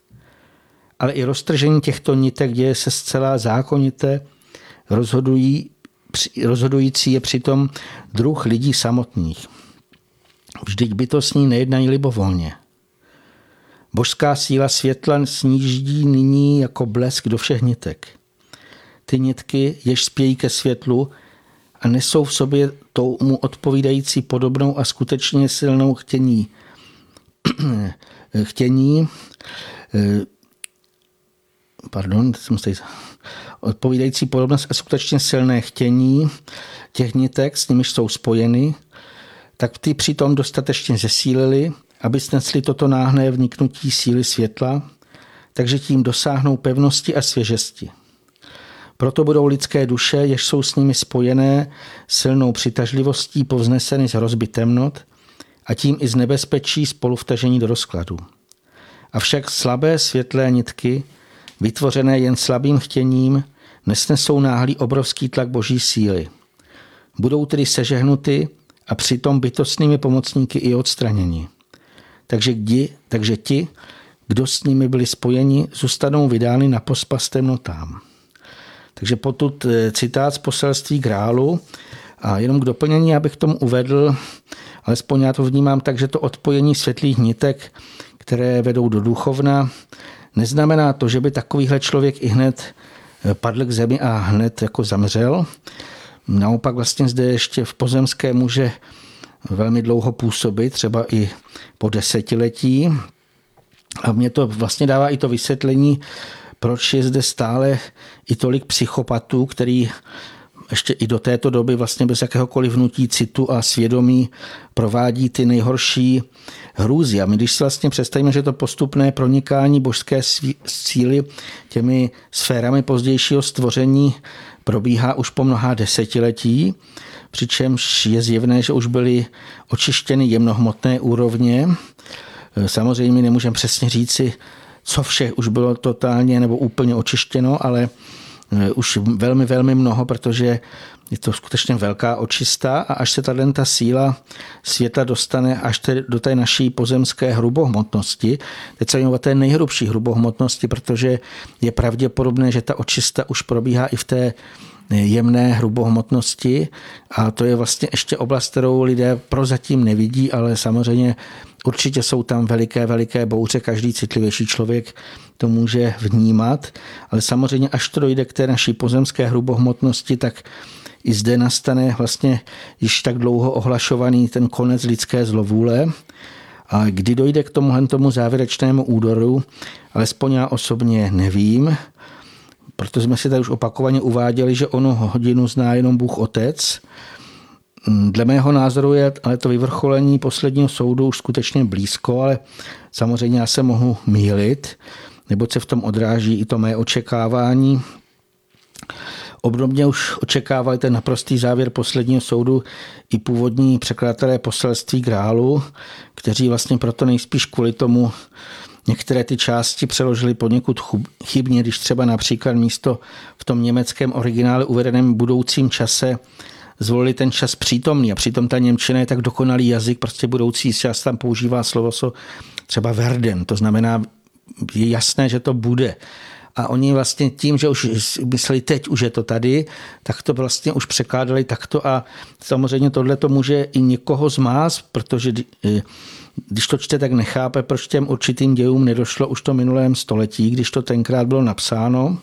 Ale i roztržení těchto nitek děje se zcela zákonité, rozhodují, rozhodující je přitom druh lidí samotných. Vždyť bytostní nejednají libovolně. Božská síla světla sníží nyní jako blesk do všech nitek. Ty nitky, jež spějí ke světlu a nesou v sobě tomu odpovídající podobnou a skutečně silnou chtění, chtění pardon, jsem tady, odpovídající podobnost a skutečně silné chtění těch nitek, s nimiž jsou spojeny, tak ty přitom dostatečně zesílili, aby snesli toto náhlé vniknutí síly světla, takže tím dosáhnou pevnosti a svěžesti. Proto budou lidské duše, jež jsou s nimi spojené silnou přitažlivostí, povzneseny z hrozby temnot a tím i z nebezpečí spoluvtažení do rozkladu. Avšak slabé světlé nitky, vytvořené jen slabým chtěním, nesnesou náhlý obrovský tlak boží síly. Budou tedy sežehnuty a přitom bytostnými pomocníky i odstraněni. Takže, kdy, takže ti, kdo s nimi byli spojeni, zůstanou vydány na pospas temnotám. Takže potud citát z poselství Grálu a jenom k doplnění, abych tomu uvedl, alespoň já to vnímám tak, že to odpojení světlých nitek, které vedou do duchovna, neznamená to, že by takovýhle člověk i hned padl k zemi a hned jako zamřel. Naopak vlastně zde ještě v pozemské může velmi dlouho působit, třeba i po desetiletí. A mě to vlastně dává i to vysvětlení, proč je zde stále i tolik psychopatů, který ještě i do této doby vlastně bez jakéhokoliv vnutí citu a svědomí provádí ty nejhorší hrůzy. A my když si vlastně představíme, že to postupné pronikání božské síly těmi sférami pozdějšího stvoření probíhá už po mnohá desetiletí, přičemž je zjevné, že už byly očištěny jemnohmotné úrovně. Samozřejmě nemůžeme přesně říci, co vše už bylo totálně nebo úplně očištěno, ale už velmi, velmi mnoho, protože Je to skutečně velká očista a až se tato ta síla světla dostane až do té naší pozemské hrubohmotnosti, teď se o té nejhrubší hrubohmotnosti, protože je pravděpodobné, že ta očista už probíhá i v té jemné hrubohmotnosti a to je vlastně ještě oblast, kterou lidé prozatím nevidí, ale samozřejmě určitě jsou tam veliké, veliké bouře, každý citlivější člověk to může vnímat, ale samozřejmě až to dojde k té naší pozemské hrubohmotnosti, tak i zde nastane vlastně již tak dlouho ohlašovaný ten konec lidské zlovůle. A kdy dojde k tomuhle tomu závěrečnému údoru, alespoň já osobně nevím, protože jsme si tady už opakovaně uváděli, že onu hodinu zná jenom Bůh Otec. Dle mého názoru je ale to vyvrcholení posledního soudu už skutečně blízko, ale samozřejmě já se mohu mýlit, neboť se v tom odráží i to mé očekávání. Obdobně už očekávali ten naprostý závěr posledního soudu i původní překladatelé poselství Grálu, kteří vlastně proto nejspíš kvůli tomu některé ty části přeložili poněkud chybně, když třeba například místo v tom německém originále uvedeném budoucím čase zvolili ten čas přítomný a přitom ta němčina je tak dokonalý jazyk, prostě budoucí čas tam používá slovo třeba werden, to znamená, je jasné, že to bude. A oni vlastně tím, že už mysleli teď, už je to tady, tak to vlastně už překládali takto a samozřejmě tohle to může i někoho zmást, protože když to čte, tak nechápe, proč těm určitým dějům nedošlo už to minulém století, když to tenkrát bylo napsáno.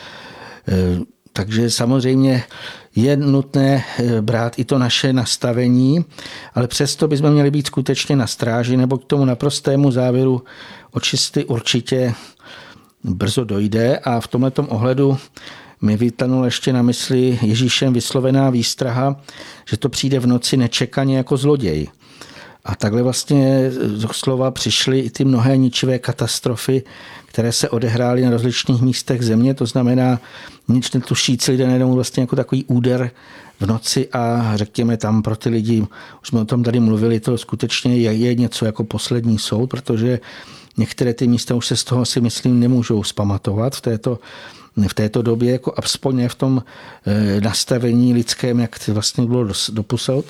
Takže samozřejmě je nutné brát i to naše nastavení, ale přesto bychom měli být skutečně na stráži, nebo k tomu naprostému závěru očisty určitě brzo dojde a v tomhletom ohledu mi vytanula ještě na mysli Ježíšem vyslovená výstraha, že to přijde v noci nečekaně jako zloděj. A takhle vlastně doslova přišly i ty mnohé ničivé katastrofy, které se odehrály na rozličných místech země, to znamená nic netušící lidé najednou vlastně jako takový úder v noci a řekněme tam pro ty lidi, už jsme o tom tady mluvili, to skutečně je, je něco jako poslední soud, protože některé ty místa už se z toho si myslím nemůžou zpamatovat v této, v této době, jako aspoň ne v tom nastavení lidském, jak to vlastně bylo doposud.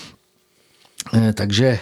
Takže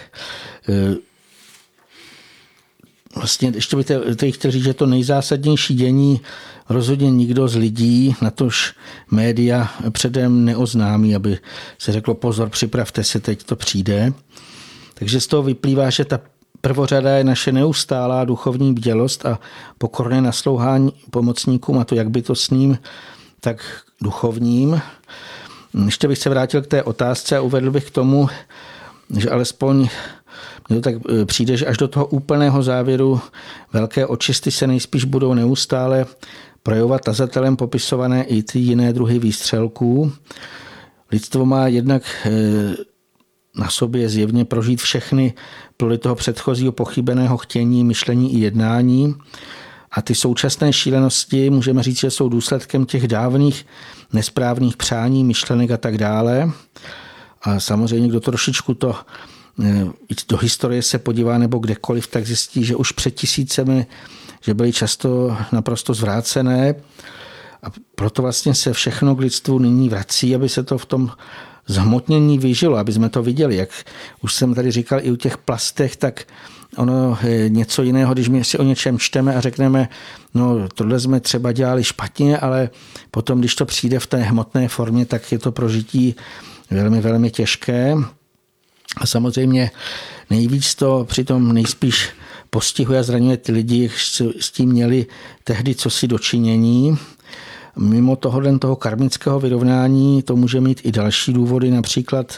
vlastně ještě bych tady chtěl říct, že to nejzásadnější dění rozhodně nikdo z lidí, natož média předem neoznámí, aby se řeklo pozor, připravte se, teď to přijde. Takže z toho vyplývá, že ta prvořada je naše neustálá duchovní bdělost a pokorné naslouchání pomocníkům, a to jak bytostným, tak duchovním. Ještě bych se vrátil k té otázce a uvedl bych k tomu, že alespoň mně to tak přijde, že až do toho úplného závěru velké očisty se nejspíš budou neustále projevovat tazatelem popisované i ty jiné druhy výstřelků. Lidstvo má jednak na sobě zjevně prožít všechny plody toho předchozího pochybeného chtění, myšlení i jednání. A ty současné šílenosti můžeme říct, že jsou důsledkem těch dávných nesprávných přání, myšlenek a tak dále. A samozřejmě, kdo to trošičku to do historie se podívá nebo kdekoliv, tak zjistí, že už před tisícemi, že byly často naprosto zvrácené a proto vlastně se všechno k lidstvu nyní vrací, aby se to v tom zhmotnění vyžilo, aby jsme to viděli. Jak už jsem tady říkal i u těch plastech, tak ono je něco jiného, když my si o něčem čteme a řekneme, no tohle jsme třeba dělali špatně, ale potom, když to přijde v té hmotné formě, tak je to prožití velmi, velmi těžké. A samozřejmě nejvíc to přitom nejspíš postihuje a zraňuje ty lidi, jak s tím měli tehdy cosi dočinění. Mimo tohohle toho karmického vyrovnání to může mít i další důvody, například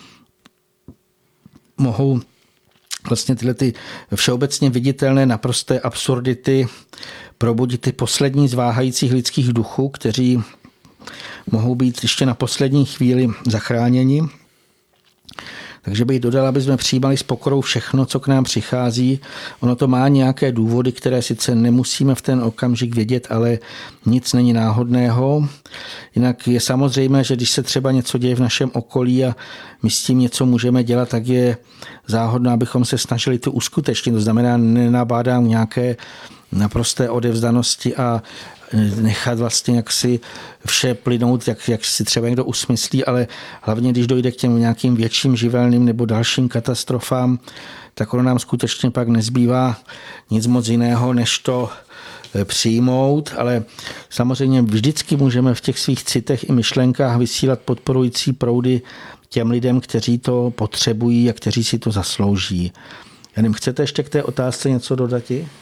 mohou vlastně tyhle ty všeobecně viditelné naprosté absurdity probudit ty poslední z váhajících lidských duchů, kteří mohou být ještě na poslední chvíli zachráněni. Takže bych dodal, aby jsme přijímali s pokorou všechno, co k nám přichází. Ono to má nějaké důvody, které sice nemusíme v ten okamžik vědět, ale nic není náhodného. Jinak je samozřejmé, že když se třeba něco děje v našem okolí a my s tím něco můžeme dělat, tak je záhodno, abychom se snažili to uskutečnit. To znamená, nenabádám nějaké naprosté odevzdanosti a nechat vlastně jaksi vše plynout, jak, jak si třeba někdo usmyslí, ale hlavně, když dojde k těm nějakým větším živelným nebo dalším katastrofám, tak ono nám skutečně pak nezbývá nic moc jiného, než to přijmout, ale samozřejmě vždycky můžeme v těch svých citech i myšlenkách vysílat podporující proudy těm lidem, kteří to potřebují a kteří si to zaslouží. Já nevím, chcete ještě k té otázce něco dodat?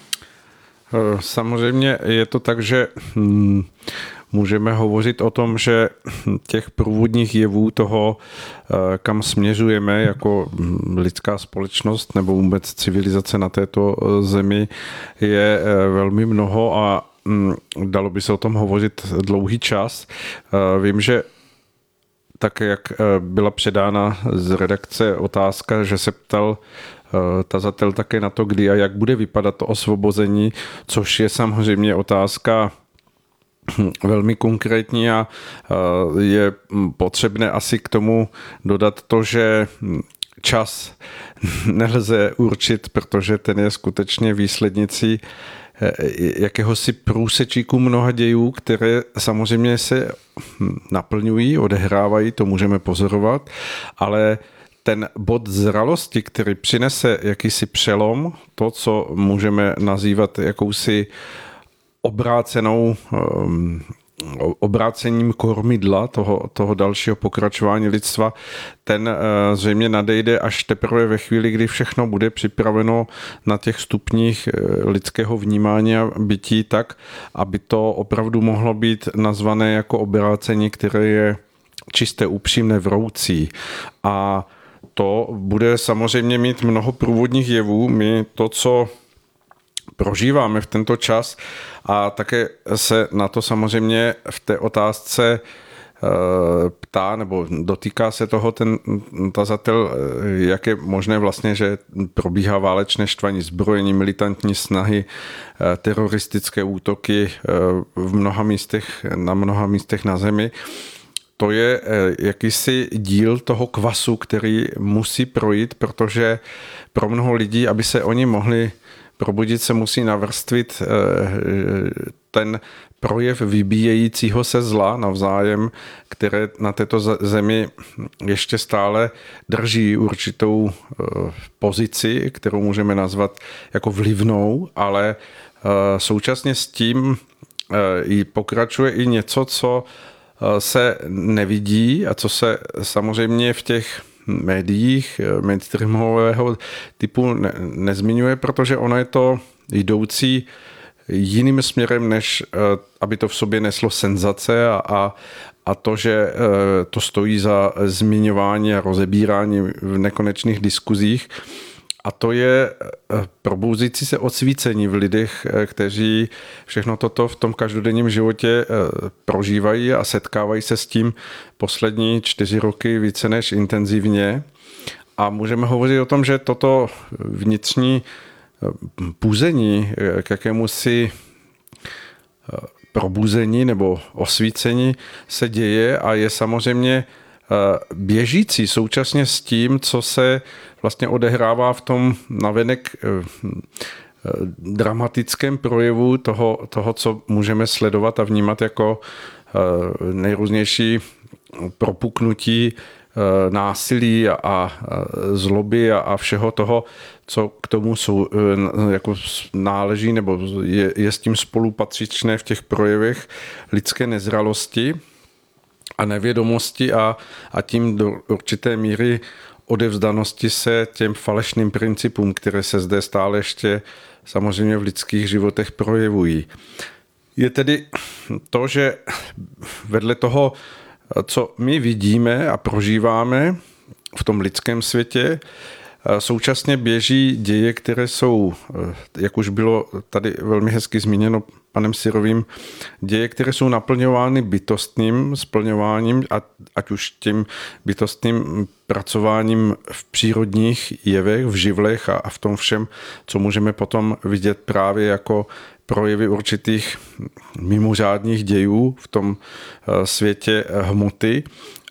Samozřejmě je to tak, že můžeme hovořit o tom, že těch průvodních jevů toho, kam směřujeme jako lidská společnost nebo vůbec civilizace na této zemi, je velmi mnoho a dalo by se o tom hovořit dlouhý čas. Vím, že tak, jak byla předána z redakce otázka, že se ptal tazatel také na to, kdy a jak bude vypadat to osvobození, což je samozřejmě otázka velmi konkrétní a je potřebné asi k tomu dodat to, že čas nelze určit, protože ten je skutečně výslednicí jakéhosi průsečíku mnoha dějů, které samozřejmě se naplňují, odehrávají, to můžeme pozorovat, ale ten bod zralosti, který přinese jakýsi přelom, to, co můžeme nazývat jakousi obrácenou, obrácením kormidla toho, toho dalšího pokračování lidstva, ten zřejmě nadejde až teprve ve chvíli, kdy všechno bude připraveno na těch stupních lidského vnímání a bytí tak, aby to opravdu mohlo být nazvané jako obrácení, které je čisté, upřímné, vroucí. A to bude samozřejmě mít mnoho průvodních jevů. My to, co prožíváme v tento čas a také se na to samozřejmě v té otázce ptá nebo dotýká se toho ten tazatel, jak je možné vlastně, že probíhá válečné štvaní, zbrojení, militantní snahy, teroristické útoky v mnoha místech, na mnoha místech na zemi. To je jakýsi díl toho kvasu, který musí projít, protože pro mnoho lidí, aby se oni mohli probudit, se musí navrstvit ten projev vybíjejícího se zla navzájem, které na této zemi ještě stále drží určitou pozici, kterou můžeme nazvat jako vlivnou, ale současně s tím pokračuje i něco, co se nevidí a co se samozřejmě v těch médiích mainstreamového typu ne, nezmiňuje, protože ono je to jdoucí jiným směrem, než aby to v sobě neslo senzace a, a, a to, že to stojí za zmiňování a rozebírání v nekonečných diskuzích. A to je probouzící se osvícení v lidech, kteří všechno toto v tom každodenním životě prožívají a setkávají se s tím poslední čtyři roky více než intenzivně. A můžeme hovořit o tom, že toto vnitřní půzení k jakémusi probuzení nebo osvícení se děje a je samozřejmě běžící současně s tím, co se vlastně odehrává v tom navenek dramatickém projevu toho, toho, co můžeme sledovat a vnímat jako nejrůznější propuknutí násilí a zloby a všeho toho, co k tomu jsou, jako náleží nebo je, je s tím spolupatřičné v těch projevech lidské nezralosti a nevědomosti a, a tím do určité míry odevzdanosti se těm falešným principům, které se zde stále ještě samozřejmě v lidských životech projevují. Je tedy to, že vedle toho, co my vidíme a prožíváme v tom lidském světě, současně běží děje, které jsou, jak už bylo tady velmi hezky zmíněno panem Syrovým, děje, které jsou naplňovány bytostným splňováním, ať už tím bytostným pracováním v přírodních jevech, v živlech a v tom všem, co můžeme potom vidět právě jako projevy určitých mimořádných dějů v tom světě hmoty.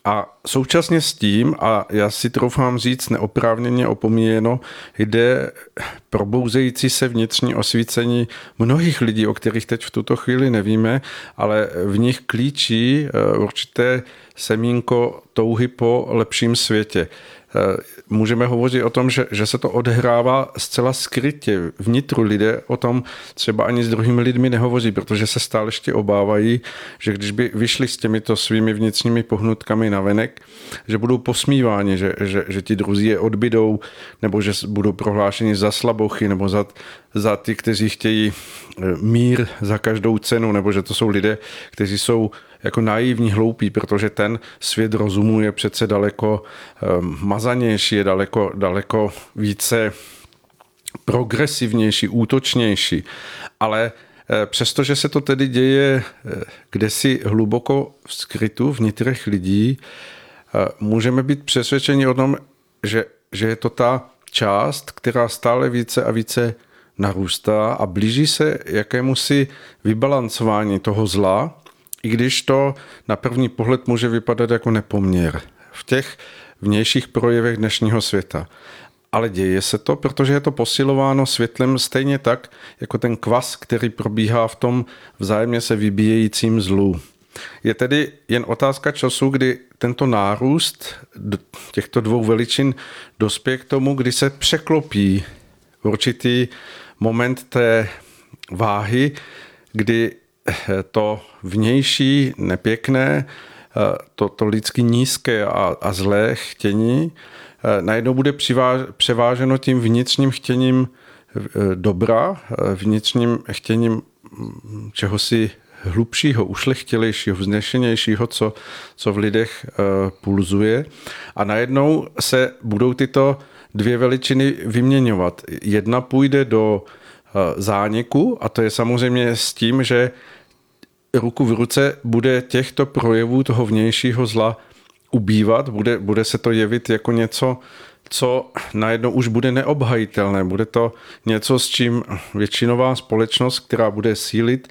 A současně s tím, a já si troufám říct neoprávněně opomíjeno, jde probouzející se vnitřní osvícení mnohých lidí, o kterých teď v tuto chvíli nevíme, ale v nich klíčí určité semínko touhy po lepším světě. Můžeme hovořit o tom, že, že se to odehrává zcela skrytě. Vnitru lidé o tom třeba ani s druhými lidmi nehovoří, protože se stále ještě obávají, že když by vyšli s těmito svými vnitřními pohnutkami navenek, že budou posmíváni, že, že, že ti druzí je odbydou, nebo že budou prohlášeni za slabochy, nebo za, za ty, kteří chtějí mír za každou cenu, nebo že to jsou lidé, kteří jsou jako naivní, hloupí, protože ten svět rozumu je přece daleko um, mazanější, je daleko, daleko více progresivnější, útočnější. Ale eh, přestože se to tedy děje eh, kdesi hluboko v skrytu v nitrech lidí, eh, můžeme být přesvědčeni o tom, že, že je to ta část, která stále více a více narůstá a blíží se jakémusi vybalancování toho zla, i když to na první pohled může vypadat jako nepoměr v těch vnějších projevech dnešního světa. Ale děje se to, protože je to posilováno světlem stejně tak, jako ten kvas, který probíhá v tom vzájemně se vybíjejícím zlu. Je tedy jen otázka času, kdy tento nárůst těchto dvou veličin dospěje k tomu, kdy se překlopí určitý moment té váhy, kdy to vnější, nepěkné, to, to lidsky nízké a, a zlé chtění najednou bude převáženo tím vnitřním chtěním dobra, vnitřním chtěním čehosi hlubšího, ušlechtilejšího, vznešenějšího, co, co v lidech pulzuje. A najednou se budou tyto dvě veličiny vyměňovat. Jedna půjde do zániku a to je samozřejmě s tím, že ruku v ruce bude těchto projevů toho vnějšího zla ubývat, bude, bude se to jevit jako něco, co najednou už bude neobhajitelné. Bude to něco, s čím většinová společnost, která bude sílit,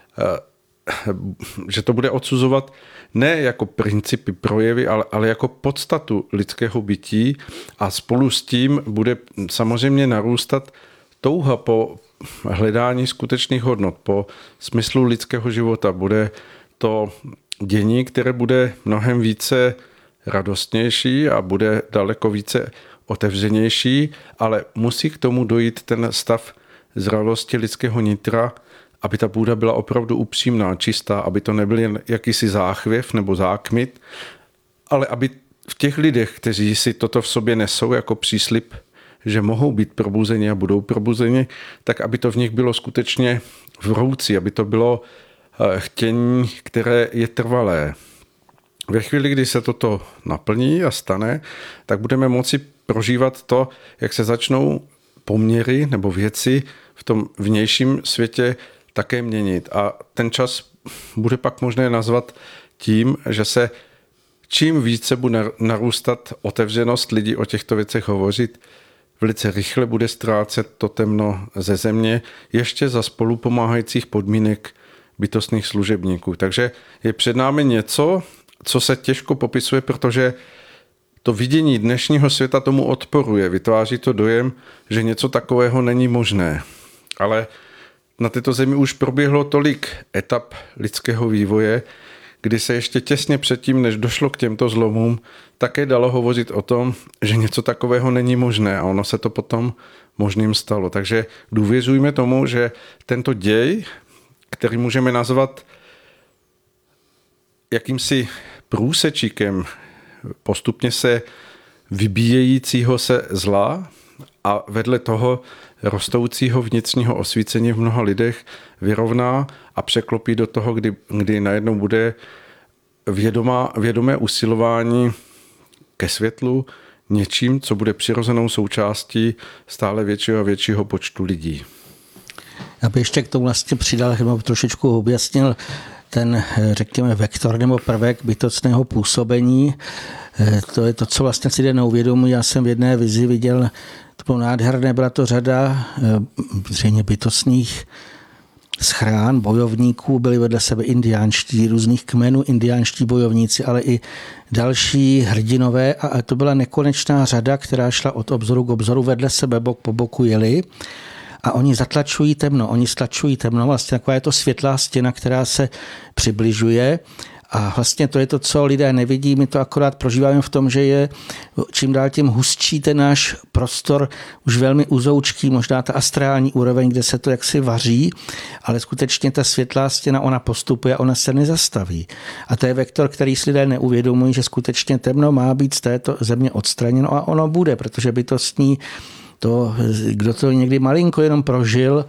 že to bude odsuzovat ne jako principy, projevy, ale, ale jako podstatu lidského bytí a spolu s tím bude samozřejmě narůstat touha po hledání skutečných hodnot, po smyslu lidského života. Bude to dění, které bude mnohem více radostnější a bude daleko více otevřenější, ale musí k tomu dojít ten stav zralosti lidského nitra, aby ta půda byla opravdu upřímná, čistá, aby to nebyl jen jakýsi záchvěv nebo zákmit, ale aby v těch lidech, kteří si toto v sobě nesou jako příslib, že mohou být probuzeni a budou probuzeni, tak aby to v nich bylo skutečně vroucí, aby to bylo chtění, které je trvalé. Ve chvíli, kdy se toto naplní a stane, tak budeme moci prožívat to, jak se začnou poměry nebo věci v tom vnějším světě také měnit. A ten čas bude pak možné nazvat tím, že se čím více bude narůstat otevřenost lidí o těchto věcech hovořit, velice rychle bude ztrácet to temno ze země, ještě za spolupomáhajících podmínek bytostných služebníků. Takže je před námi něco, co se těžko popisuje, protože to vidění dnešního světa tomu odporuje. Vytváří to dojem, že něco takového není možné. Ale na této zemi už proběhlo tolik etap lidského vývoje, kdy se ještě těsně předtím, než došlo k těmto zlomům, také dalo hovořit o tom, že něco takového není možné a ono se to potom možným stalo. Takže důvěřujme tomu, že tento děj, který můžeme nazvat jakýmsi průsečíkem postupně se vybíjejícího se zla a vedle toho rostoucího vnitřního osvícení v mnoha lidech vyrovná a překlopí do toho, kdy, kdy najednou bude vědomá, vědomé usilování ke světlu něčím, co bude přirozenou součástí stále většího a většího počtu lidí. Já bych ještě k tomu vlastně přidal, nebo trošičku objasnil ten, řekněme, vektor nebo prvek bytostného působení. To je to, co vlastně si lidé neuvědomují. Já jsem v jedné vizi viděl, to bylo nádherné, byla to řada zřejmě bytostných schrán bojovníků, byli vedle sebe indiánští, různých kmenů indiánští bojovníci, ale i další hrdinové a to byla nekonečná řada, která šla od obzoru k obzoru, vedle sebe bok po boku jeli a oni zatlačují temno, oni stlačují temno, vlastně taková je to světlá stěna, která se přibližuje. A vlastně to je to, co lidé nevidí, my to akorát prožíváme v tom, že je čím dál tím hustší ten náš prostor, už velmi uzoučký, možná ta astrální úroveň, kde se to jaksi vaří, ale skutečně ta světlá stěna, ona postupuje a ona se nezastaví. A to je vektor, který si lidé neuvědomují, že skutečně temno má být z této země odstraněno a ono bude, protože bytostní to, kdo to někdy malinko jenom prožil,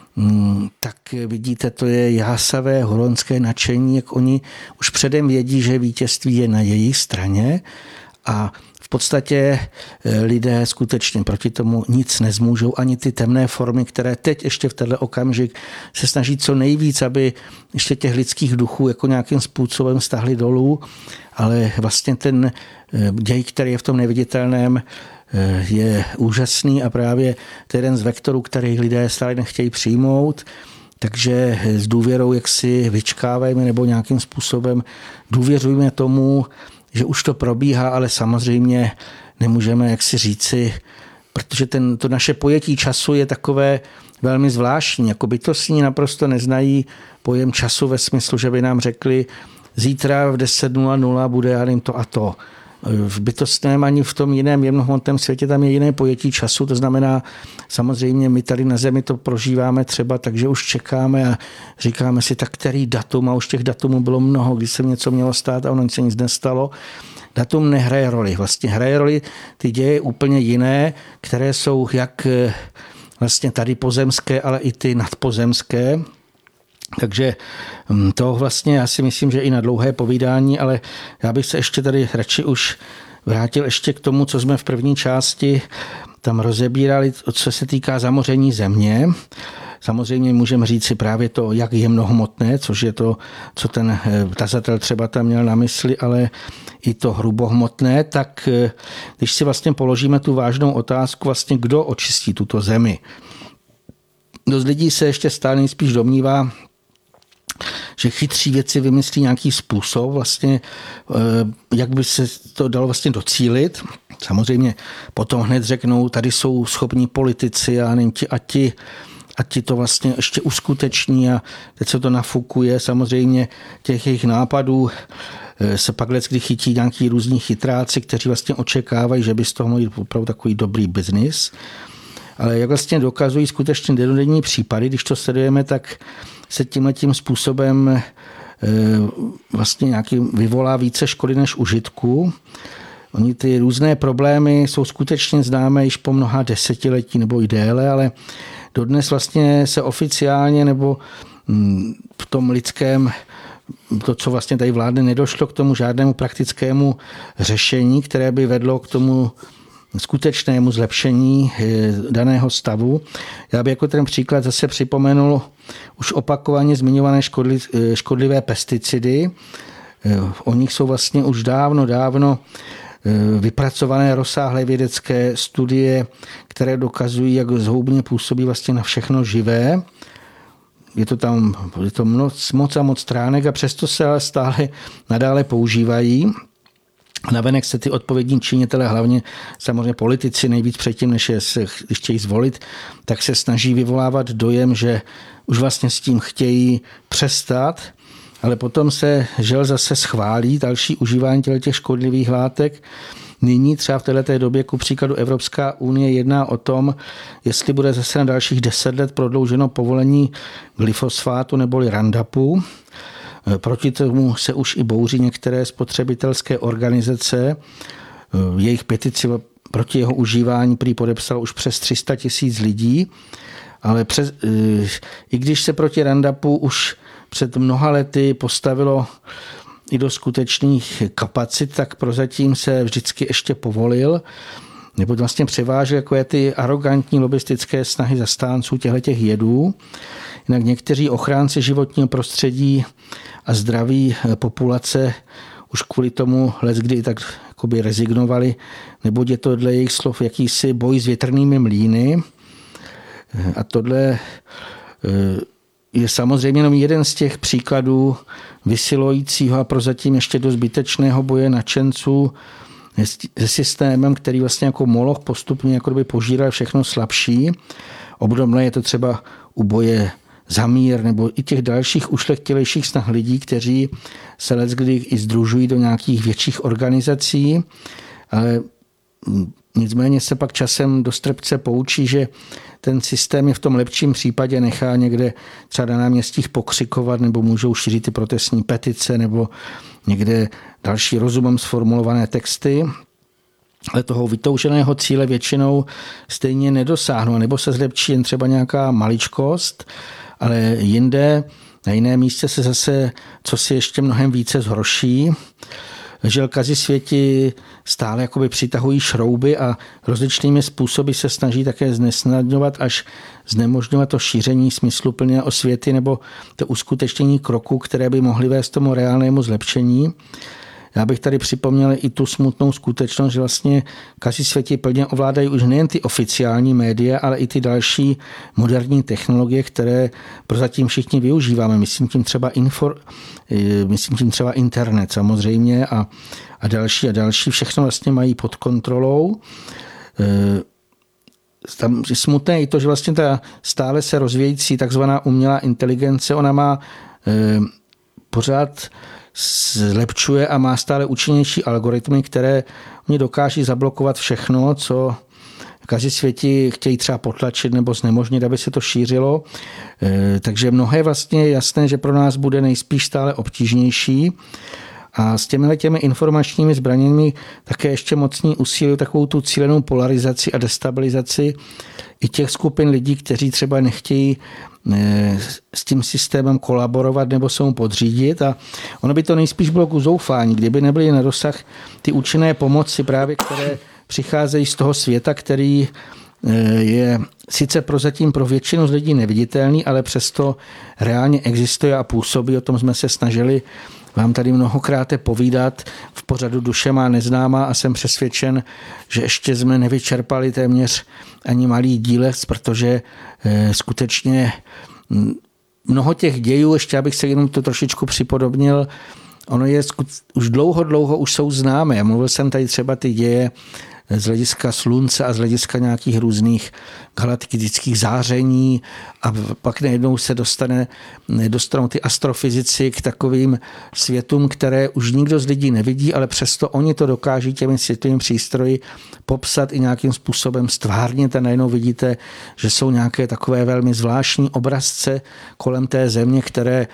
tak vidíte, to je jásavé horonské nadšení, jak oni už předem vědí, že vítězství je na jejich straně a v podstatě lidé skutečně proti tomu nic nezmůžou, ani ty temné formy, které teď ještě v tenhle okamžik se snaží co nejvíc, aby ještě těch lidských duchů jako nějakým způsobem stáhli dolů, ale vlastně ten děj, který je v tom neviditelném, je úžasný a právě to je jeden z vektorů, který lidé stále nechtějí přijmout, takže s důvěrou jak si vyčkáváme nebo nějakým způsobem důvěřujeme tomu, že už to probíhá, ale samozřejmě nemůžeme jak si říci, protože ten, to naše pojetí času je takové velmi zvláštní, jako bytostní naprosto neznají pojem času ve smyslu, že by nám řekli zítra v deset nula nula bude já nevím to a to. V bytostném ani v tom jiném jemnohmotném světě tam je jiné pojetí času, to znamená samozřejmě my tady na Zemi to prožíváme třeba, takže už čekáme a říkáme si tak který datum a už těch datumů bylo mnoho, když se něco mělo stát a ono se nic nestalo. Datum nehraje roli, vlastně hraje roli ty děje úplně jiné, které jsou jak vlastně tady pozemské, ale i ty nadpozemské. Takže to vlastně já si myslím, že i na dlouhé povídání, ale já bych se ještě tady radši už vrátil ještě k tomu, co jsme v první části tam rozebírali, co se týká zamoření země. Samozřejmě můžeme říct si právě to, jak je mnohmotné, což je to, co ten tazatel třeba tam měl na mysli, ale i to hrubohmotné, tak když si vlastně položíme tu vážnou otázku, vlastně kdo očistí tuto zemi. Dost lidí se ještě stále nejspíš domnívá, že chytří věci vymyslí nějaký způsob, vlastně, jak by se to dalo vlastně docílit. Samozřejmě potom hned řeknou, tady jsou schopní politici a nevím, ti a ti, a ti to vlastně ještě uskuteční a teď se to nafukuje. Samozřejmě těch jejich nápadů se pak leckdy chytí nějaký různí chytráci, kteří vlastně očekávají, že by z toho mohli být opravdu takový dobrý biznis. Ale jak vlastně dokazují skutečně denodenní případy, když to sledujeme, tak se tímhletím způsobem vlastně nějaký vyvolá více škody než užitku. Oni ty různé problémy jsou skutečně známé již po mnoha desetiletí nebo i déle, ale dodnes vlastně se oficiálně nebo v tom lidském, to, co vlastně tady vládne, nedošlo k tomu žádnému praktickému řešení, které by vedlo k tomu skutečnému zlepšení daného stavu. Já bych jako ten příklad zase připomenul už opakovaně zmiňované škodlivé pesticidy. O nich jsou vlastně už dávno, dávno vypracované rozsáhlé vědecké studie, které dokazují, jak zhoubně působí vlastně na všechno živé. Je to tam je to moc, moc a moc stránek a přesto se ale stále nadále používají. Navenek se ty odpovědní činitelé, hlavně samozřejmě politici nejvíc předtím, než je se chtějí zvolit, tak se snaží vyvolávat dojem, že už vlastně s tím chtějí přestat, ale potom se žel zase schválí další užívání těch škodlivých látek. Nyní třeba v této době ku příkladu Evropská unie jedná o tom, jestli bude zase na dalších deset let prodlouženo povolení glyfosfátu neboli Roundupu. Proti tomu se už i bouří některé spotřebitelské organizace. Jejich petici proti jeho užívání prý podepsalo už přes tři sta tisíc lidí, ale přes, i když se proti Roundupu už před mnoha lety postavilo i do skutečných kapacit, tak prozatím se vždycky ještě povolil, nebo vlastně převážil jako je ty arrogantní lobistické snahy zastánců těchto jedů. Jinak někteří ochránci životního prostředí a zdraví populace už kvůli tomu leckdy tak jakoby rezignovali, neboť je to dle jejich slov jakýsi boj s větrnými mlýny. A tohle je samozřejmě jenom jeden z těch příkladů vysilujícího a prozatím ještě do zbytečného boje nadšenců se systémem, který vlastně jako moloch postupně jako by požíral všechno slabší. Obdobné je to třeba u boje za mír nebo i těch dalších ušlechtilejších snah lidí, kteří se leckdy i sdružují do nějakých větších organizací, ale nicméně se pak časem dost trpce poučí, že ten systém je v tom lepším případě nechá někde třeba na náměstích pokřikovat nebo můžou šířit ty protestní petice nebo někde další rozumem sformulované texty, ale toho vytouženého cíle většinou stejně nedosáhnou, nebo se zlepší jen třeba nějaká maličkost, ale jinde, na jiném místě se zase co si ještě mnohem více zhorší. Želkazi světi stále jakoby přitahují šrouby a rozličnými způsoby se snaží také znesnadňovat až znemožňovat to šíření smysluplné osvěty nebo to uskutečnění kroků, které by mohly vést tomu reálnému zlepšení. Já bych tady připomněl i tu smutnou skutečnost, že vlastně kazisvěti plně ovládají už nejen ty oficiální média, ale i ty další moderní technologie, které prozatím všichni využíváme. Myslím tím třeba, infor, myslím tím třeba internet samozřejmě a, a další a další. Všechno vlastně mají pod kontrolou. Tam je smutné i to, že vlastně ta stále se rozvíjející takzvaná umělá inteligence, ona má pořád zlepšuje a má stále účinnější algoritmy, které oni dokáží zablokovat všechno, co kazisvěti chtějí třeba potlačit nebo znemožnit, aby se to šířilo. Takže mnohé vlastně je jasné, že pro nás bude nejspíš stále obtížnější. A s těmi těmi informačními zbraněmi také ještě mocní usílují takovou tu cílenou polarizaci a destabilizaci i těch skupin lidí, kteří třeba nechtějí s tím systémem kolaborovat nebo se mu podřídit. A ono by to nejspíš bylo k uzoufání, kdyby nebyly na dosah ty účinné pomoci právě, které přicházejí z toho světa, který je sice prozatím pro většinu z lidí neviditelný, ale přesto reálně existuje a působí. O tom jsme se snažili vám tady mnohokrát povídat v pořadu Duše má neznámá a jsem přesvědčen, že ještě jsme nevyčerpali téměř ani malý dílec, protože skutečně mnoho těch dějů, ještě abych se jenom to trošičku připodobnil, ono je už dlouho, dlouho už jsou známé. Mluvil jsem tady třeba ty děje z hlediska slunce a z hlediska nějakých různých galaktických záření a pak najednou se dostane, dostanou ty astrofyzici k takovým světům, které už nikdo z lidí nevidí, ale přesto oni to dokáží těmi světovými přístroji popsat i nějakým způsobem stvárnit a najednou vidíte, že jsou nějaké takové velmi zvláštní obrazce kolem té země, které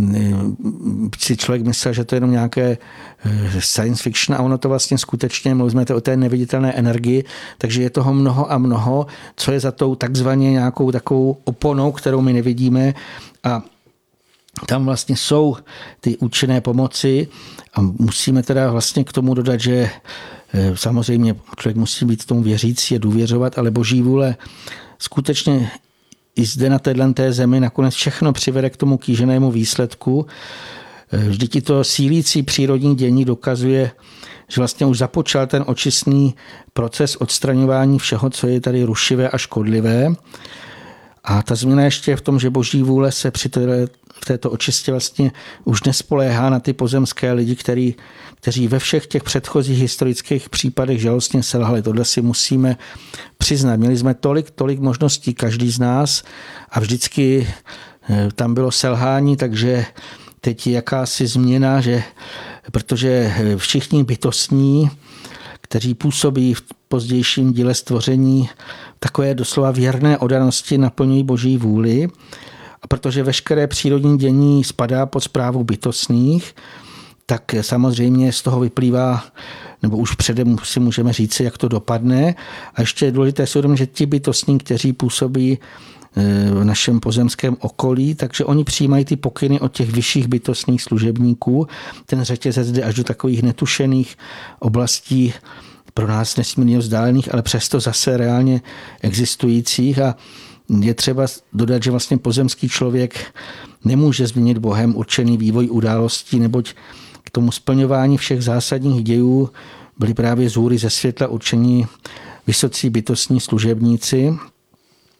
si člověk myslel, že to je jenom nějaké science fiction a ono to vlastně skutečně, mluvíme o té neviditelné energii, takže je toho mnoho a mnoho, co je za tou takzvaně nějakou takovou oponou, kterou my nevidíme a tam vlastně jsou ty účinné pomoci a musíme teda vlastně k tomu dodat, že samozřejmě člověk musí být tomu věřící a důvěřovat, ale boží vůle skutečně i zde na této zemi nakonec všechno přivede k tomu kýženému výsledku. Vždyť i to sílící přírodní dění dokazuje, že vlastně už započal ten očistný proces odstraňování všeho, co je tady rušivé a škodlivé. A ta změna ještě je v tom, že boží vůle se při této očistě vlastně už nespoléhá na ty pozemské lidi, který, kteří ve všech těch předchozích historických případech žalostně selhali. Tohle si musíme přiznat. Měli jsme tolik, tolik možností, každý z nás a vždycky tam bylo selhání, takže teď je jakási změna, že protože všichni bytostní, kteří působí v pozdějším díle stvoření, takové doslova věrné oddanosti naplňují boží vůli. A protože veškeré přírodní dění spadá pod správu bytostných, tak samozřejmě z toho vyplývá, nebo už předem si můžeme říct, jak to dopadne. A ještě je důležité si uvědomit, že ti bytostní, kteří působí v našem pozemském okolí, takže oni přijímají ty pokyny od těch vyšších bytostných služebníků. Ten řetězec jde až do takových netušených oblastí pro nás nesmírně vzdálených, ale přesto zase reálně existujících a je třeba dodat, že vlastně pozemský člověk nemůže změnit Bohem určený vývoj událostí, neboť k tomu splňování všech zásadních dějů byli právě z hůry ze světla určení vysocí bytostní služebníci.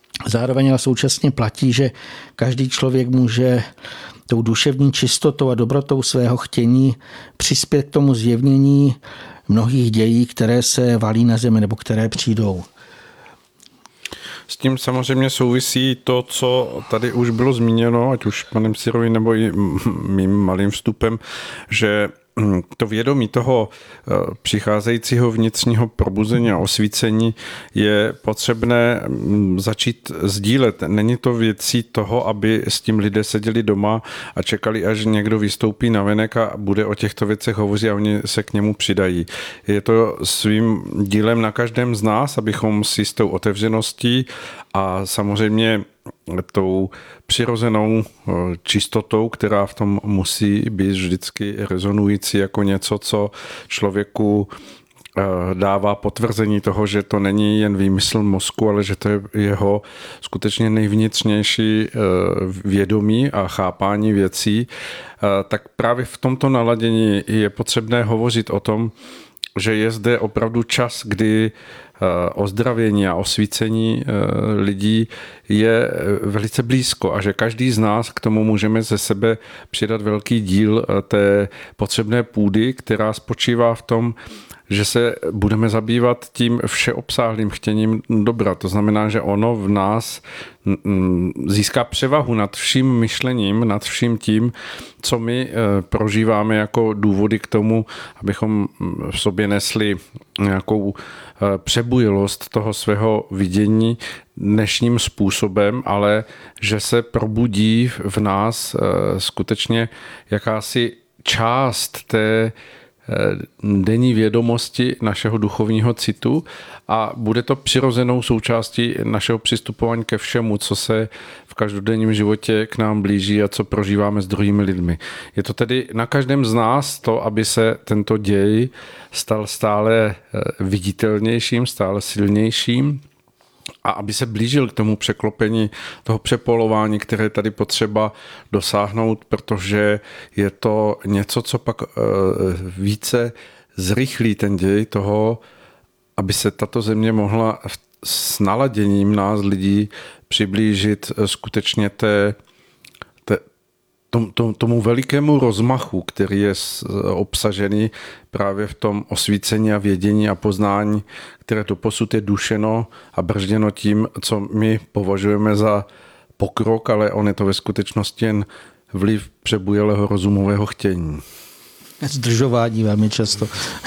Zároveň ale současně platí, že každý člověk může tou duševní čistotou a dobrotou svého chtění přispět k tomu zjevnění mnohých dějí, které se valí na zemi nebo které přijdou. S tím samozřejmě souvisí to, co tady už bylo zmíněno, ať už panem Sirovi nebo i mým malým vstupem, že to vědomí toho přicházejícího vnitřního probuzení a osvícení je potřebné začít sdílet. Není to věcí toho, aby s tím lidé seděli doma a čekali, až někdo vystoupí navenek a bude o těchto věcech hovořit a oni se k němu přidají. Je to svým dílem na každém z nás, abychom si s tou otevřeností a samozřejmě tou přirozenou čistotou, která v tom musí být vždycky rezonující jako něco, co člověku dává potvrzení toho, že to není jen výmysl mozku, ale že to je jeho skutečně nejvnitřnější vědomí a chápání věcí, tak právě v tomto naladění je potřebné hovořit o tom, že je zde opravdu čas, kdy ozdravění a osvícení lidí je velice blízko a že každý z nás k tomu můžeme ze sebe přidat velký díl té potřebné půdy, která spočívá v tom, že se budeme zabývat tím všeobsáhlým chtěním dobra. To znamená, že ono v nás získá převahu nad vším myšlením, nad vším tím, co my prožíváme jako důvody k tomu, abychom v sobě nesli nějakou přebujelost toho svého vidění dnešním způsobem, ale že se probudí v nás skutečně jakási část té denní vědomosti našeho duchovního citu a bude to přirozenou součástí našeho přistupování ke všemu, co se v každodenním životě k nám blíží a co prožíváme s druhými lidmi. Je to tedy na každém z nás to, aby se tento děj stal stále viditelnějším, stále silnějším a aby se blížil k tomu překlopení, toho přepolování, které je tady potřeba dosáhnout, protože je to něco, co pak více zrychlí ten děj toho, aby se tato země mohla s naladěním nás lidí přiblížit skutečně té, té, tom, tom, tomu velikému rozmachu, který je obsažený právě v tom osvícení a vědění a poznání, které doposud je dušeno a bržděno tím, co my považujeme za pokrok, ale on je to ve skutečnosti jen vliv přebujelého rozumového chtění. Zdržování velmi často.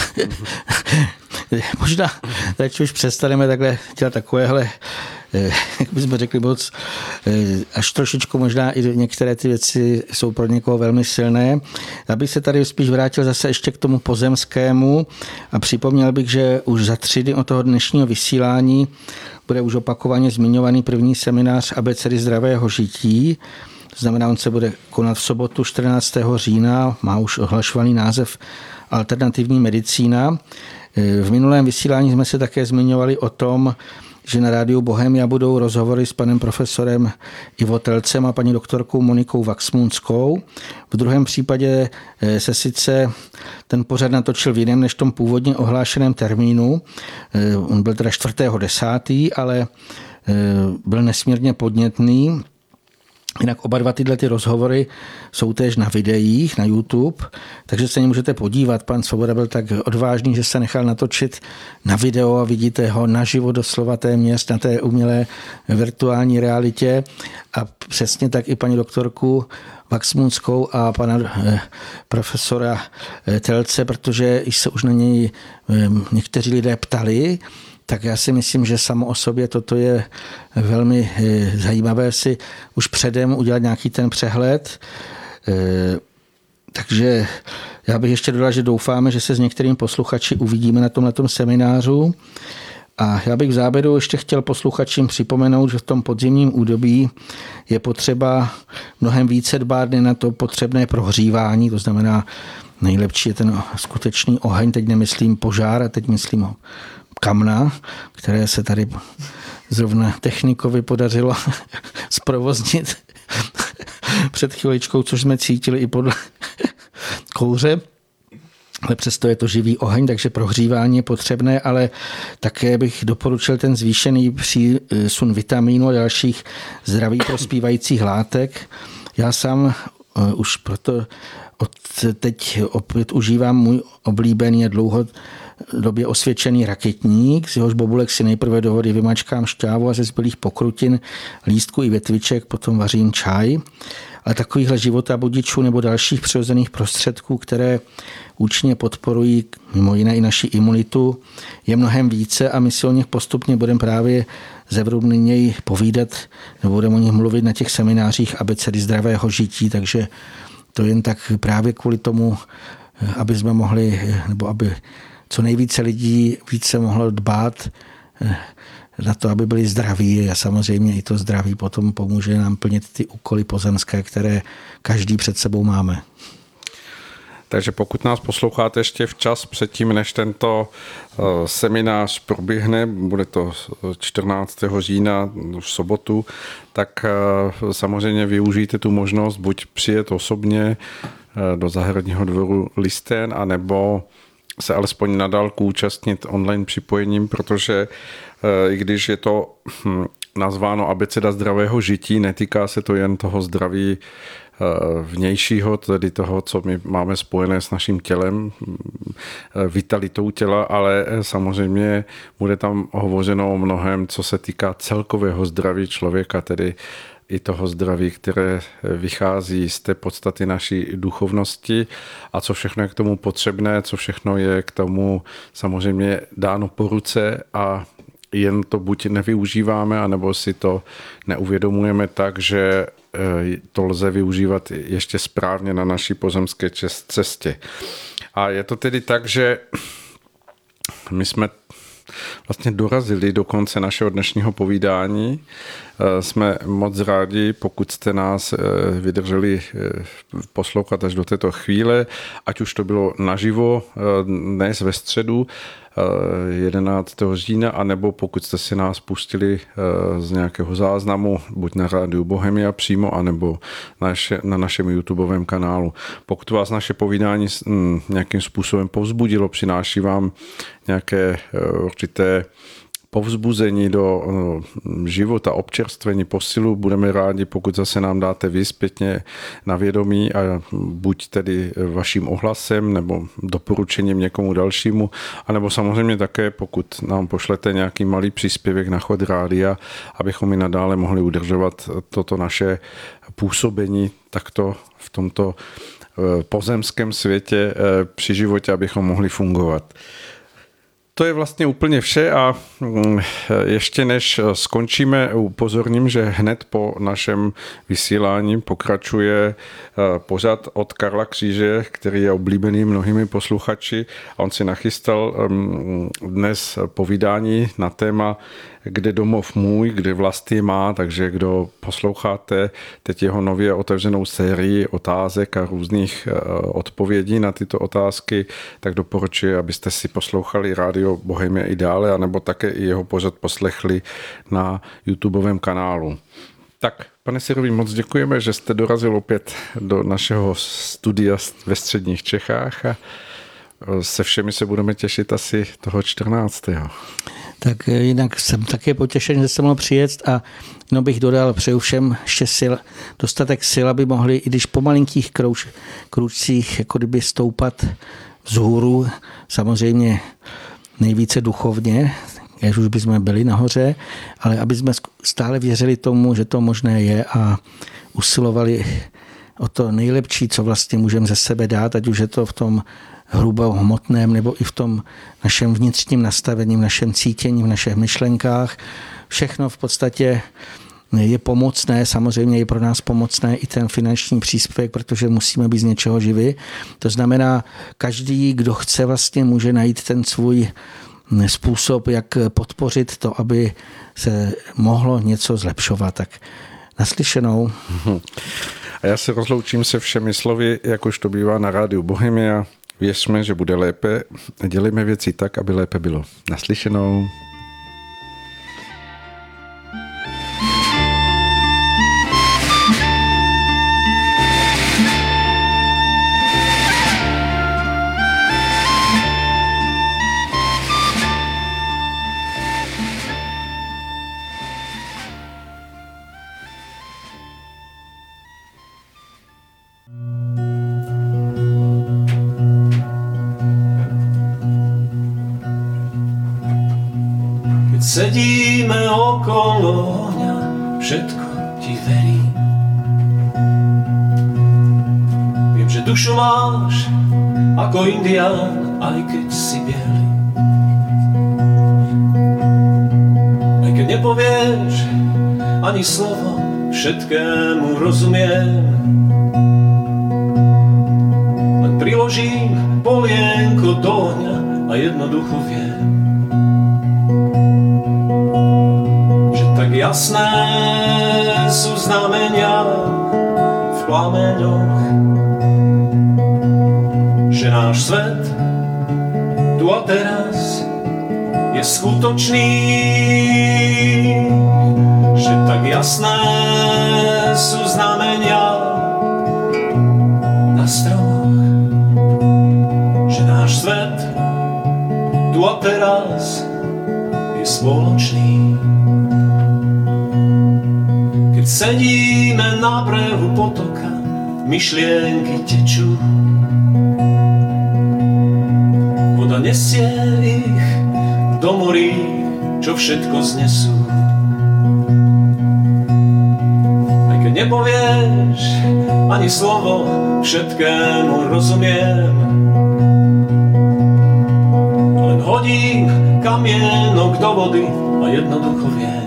Možná radši už přestaneme takhle dělat takovéhle, jak bychom řekli moc, až trošičku možná i některé ty věci jsou pro někoho velmi silné. Já bych se tady spíš vrátil zase ještě k tomu pozemskému a připomněl bych, že už za tři dny od toho dnešního vysílání bude už opakovaně zmiňovaný první seminář abecedy zdravého žití. To znamená, on se bude konat v sobotu čtrnáctého října, má už ohlašovaný název Alternativní medicína. V minulém vysílání jsme se také zmiňovali o tom, že na rádiu Bohemia budou rozhovory s panem profesorem Ivo Telcem a paní doktorkou Monikou Waxmunskou. V druhém případě se sice ten pořad natočil v jiném než tom původně ohlášeném termínu. On byl teda čtvrtého desátého ale byl nesmírně podnětný. Jinak oba dva tyhle ty rozhovory jsou též na videích, na YouTube, takže se můžete podívat. Pan Svoboda byl tak odvážný, že se nechal natočit na video a vidíte ho naživo doslova téměř na té umělé virtuální realitě. A přesně tak i paní doktorku Waxmunskou a pana profesora Telce, protože se už na něj někteří lidé ptali, tak já si myslím, že samo o sobě toto je velmi zajímavé si už předem udělat nějaký ten přehled. Takže já bych ještě dodal, že doufáme, že se s některými posluchači uvidíme na tomhletom seminářu. A já bych v závěru ještě chtěl posluchačům připomenout, že v tom podzimním údobí je potřeba mnohem více dbát na to potřebné prohřívání, to znamená nejlepší je ten skutečný oheň, teď nemyslím požár, a teď myslím kamna, které se tady zrovna technikovi podařilo zprovoznit před chviličkou, což jsme cítili i podle kouře. ale přesto je to živý oheň, takže prohřívání je potřebné, ale také bych doporučil ten zvýšený přísun vitamínů a dalších zdraví prospívajících látek. Já sám už proto od teď opět užívám můj oblíbený a dlouhodobě osvědčený raketník, z jehož bobulek si nejprve do vody vymačkám šťávu a ze zbylých pokrutin, lístků i větviček potom vařím čaj. Ale takovýchhle životabudičů nebo dalších přirozených prostředků, které účinně podporují mimo jiné i naši imunitu, je mnohem více a my si o nich postupně budeme právě zevrubněji povídat nebo budeme o nich mluvit na těch seminářích abecedy zdravého žití, takže to jen tak právě kvůli tomu, aby jsme mohli, nebo aby co nejvíce lidí více mohlo dbát na to, aby byli zdraví a samozřejmě i to zdraví potom pomůže nám plnit ty úkoly pozemské, které každý před sebou máme. Takže pokud nás posloucháte ještě včas předtím, než tento seminář proběhne, bude to čtrnáctého října v sobotu, tak samozřejmě využijte tu možnost buď přijet osobně do Zahradního dvoru Listén, anebo se alespoň na dálku účastnit online připojením, protože i když je to nazváno abeceda zdravého žití, netýká se to jen toho zdraví vnějšího, tedy toho, co my máme spojené s naším tělem, vitalitou těla, ale samozřejmě bude tam hovořeno o mnohem, co se týká celkového zdraví člověka, tedy i toho zdraví, které vychází z té podstaty naší duchovnosti a co všechno je k tomu potřebné, co všechno je k tomu samozřejmě dáno po ruce a jen to buď nevyužíváme, anebo si to neuvědomujeme tak, že to lze využívat ještě správně na naší pozemské cestě. A je to tedy tak, že my jsme vlastně dorazili do konce našeho dnešního povídání. Jsme moc rádi, pokud jste nás vydrželi poslouchat až do této chvíle, ať už to bylo naživo dnes ve středu jedenáctého října, anebo pokud jste si nás pustili z nějakého záznamu, buď na rádiu Bohemia přímo, anebo naše, na našem YouTubeovém kanálu. Pokud vás naše povídání nějakým způsobem povzbudilo, přináší vám nějaké určité povzbuzení do života, občerstvení, posilu, budeme rádi, pokud zase nám dáte vy zpětně na vědomí a buď tedy vaším ohlasem nebo doporučením někomu dalšímu, anebo samozřejmě také, pokud nám pošlete nějaký malý příspěvek na chod rádia, abychom i nadále mohli udržovat toto naše působení takto v tomto pozemském světě při životě, abychom mohli fungovat. To je vlastně úplně vše a ještě než skončíme, upozorním, že hned po našem vysílání pokračuje pořad od Karla Kříže, který je oblíbený mnohými posluchači. On si nachystal dnes povídání na téma Kde domov můj, kde vlast je má, takže kdo posloucháte teď jeho nově otevřenou sérii otázek a různých odpovědí na tyto otázky, tak doporučuji, abyste si poslouchali rádio Bohemia i dále, anebo také i jeho pořad poslechli na YouTubeovém kanálu. Tak, pane Sirovi, moc děkujeme, že jste dorazil opět do našeho studia ve středních Čechách a se všemi se budeme těšit asi toho čtrnáctého Tak jinak jsem také potěšen, že jsem mohl přijet a no bych dodal, přeju všem ještě sil, dostatek sil, aby mohli, i když po malinkých krouž, kručcích, jako kdyby stoupat vzhůru, samozřejmě nejvíce duchovně, když už bychom byli nahoře, ale aby jsme stále věřili tomu, že to možné je a usilovali o to nejlepší, co vlastně můžeme ze sebe dát, ať už je to v tom hrubou hmotném nebo i v tom našem vnitřním nastavení, v našem cítění, v našich myšlenkách. Všechno v podstatě je pomocné, samozřejmě je pro nás pomocné i ten finanční příspěvek, protože musíme být z něčeho živi. To znamená, každý, kdo chce, vlastně může najít ten svůj způsob, jak podpořit to, aby se mohlo něco zlepšovat. Tak naslyšenou. A já se rozloučím se všemi slovy, jak už to bývá na rádiu Bohemia. Věřme, že bude lépe. Dělejme věci tak, aby lépe bylo. Naslyšenou. sedíme okolo ohňa, všetko ti verím. Viem, že dušu máš ako indián, aj keď si bielý. Aj keď nepovieš ani slovo, všetkému rozumiem. Len priložím polienko do ohňa a jednoducho viem, že tak jasné sú znamenia v plameňoch, že náš svet tu a teraz je skutočný, že tak jasné sú znamenia na stromoch, že náš svet tu a teraz je spoločný. Keď sedíme na brehu potoka, myšlienky tečú, voda nesie ich do morí, čo všetko znesú. Aj keď nepovieš ani slovo, všetkému rozumiem. Len hodím kamienok do vody a jednoducho viem,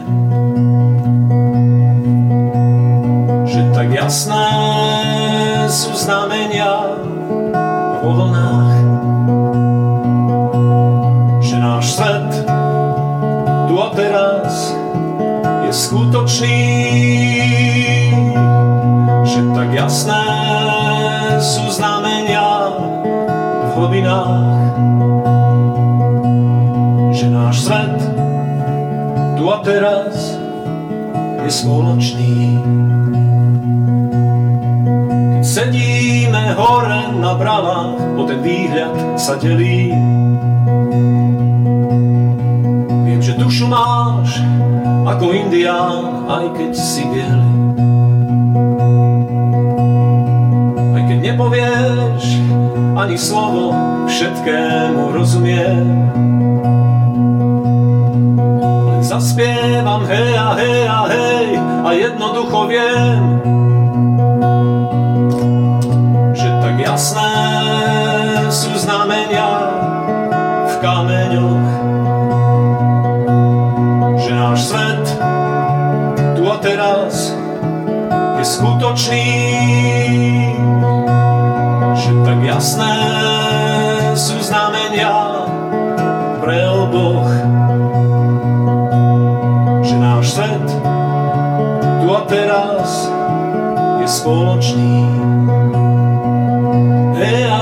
že tak jasné sú znamenia vo vlnách, že náš svet tu a teraz je skutočný, že tak jasné sú znamenia v hlbinách, že náš svet tu a teraz je spoločný. Keď sedíme hore na bralách, o ten výhľad sa delí. Viem, že dušu máš ako indián, aj keď si bielý. Aj keď nepovieš ani slovo, všetkému rozumiem. Len zaspievam hej a hej a hej a jednoducho viem, že tak jasné sú znamenia v kameňoch, že náš svet tu a teraz je skutočný, že tak jasné sú znamenia pre oboch, že náš svet tu a teraz je spoločný. Hey,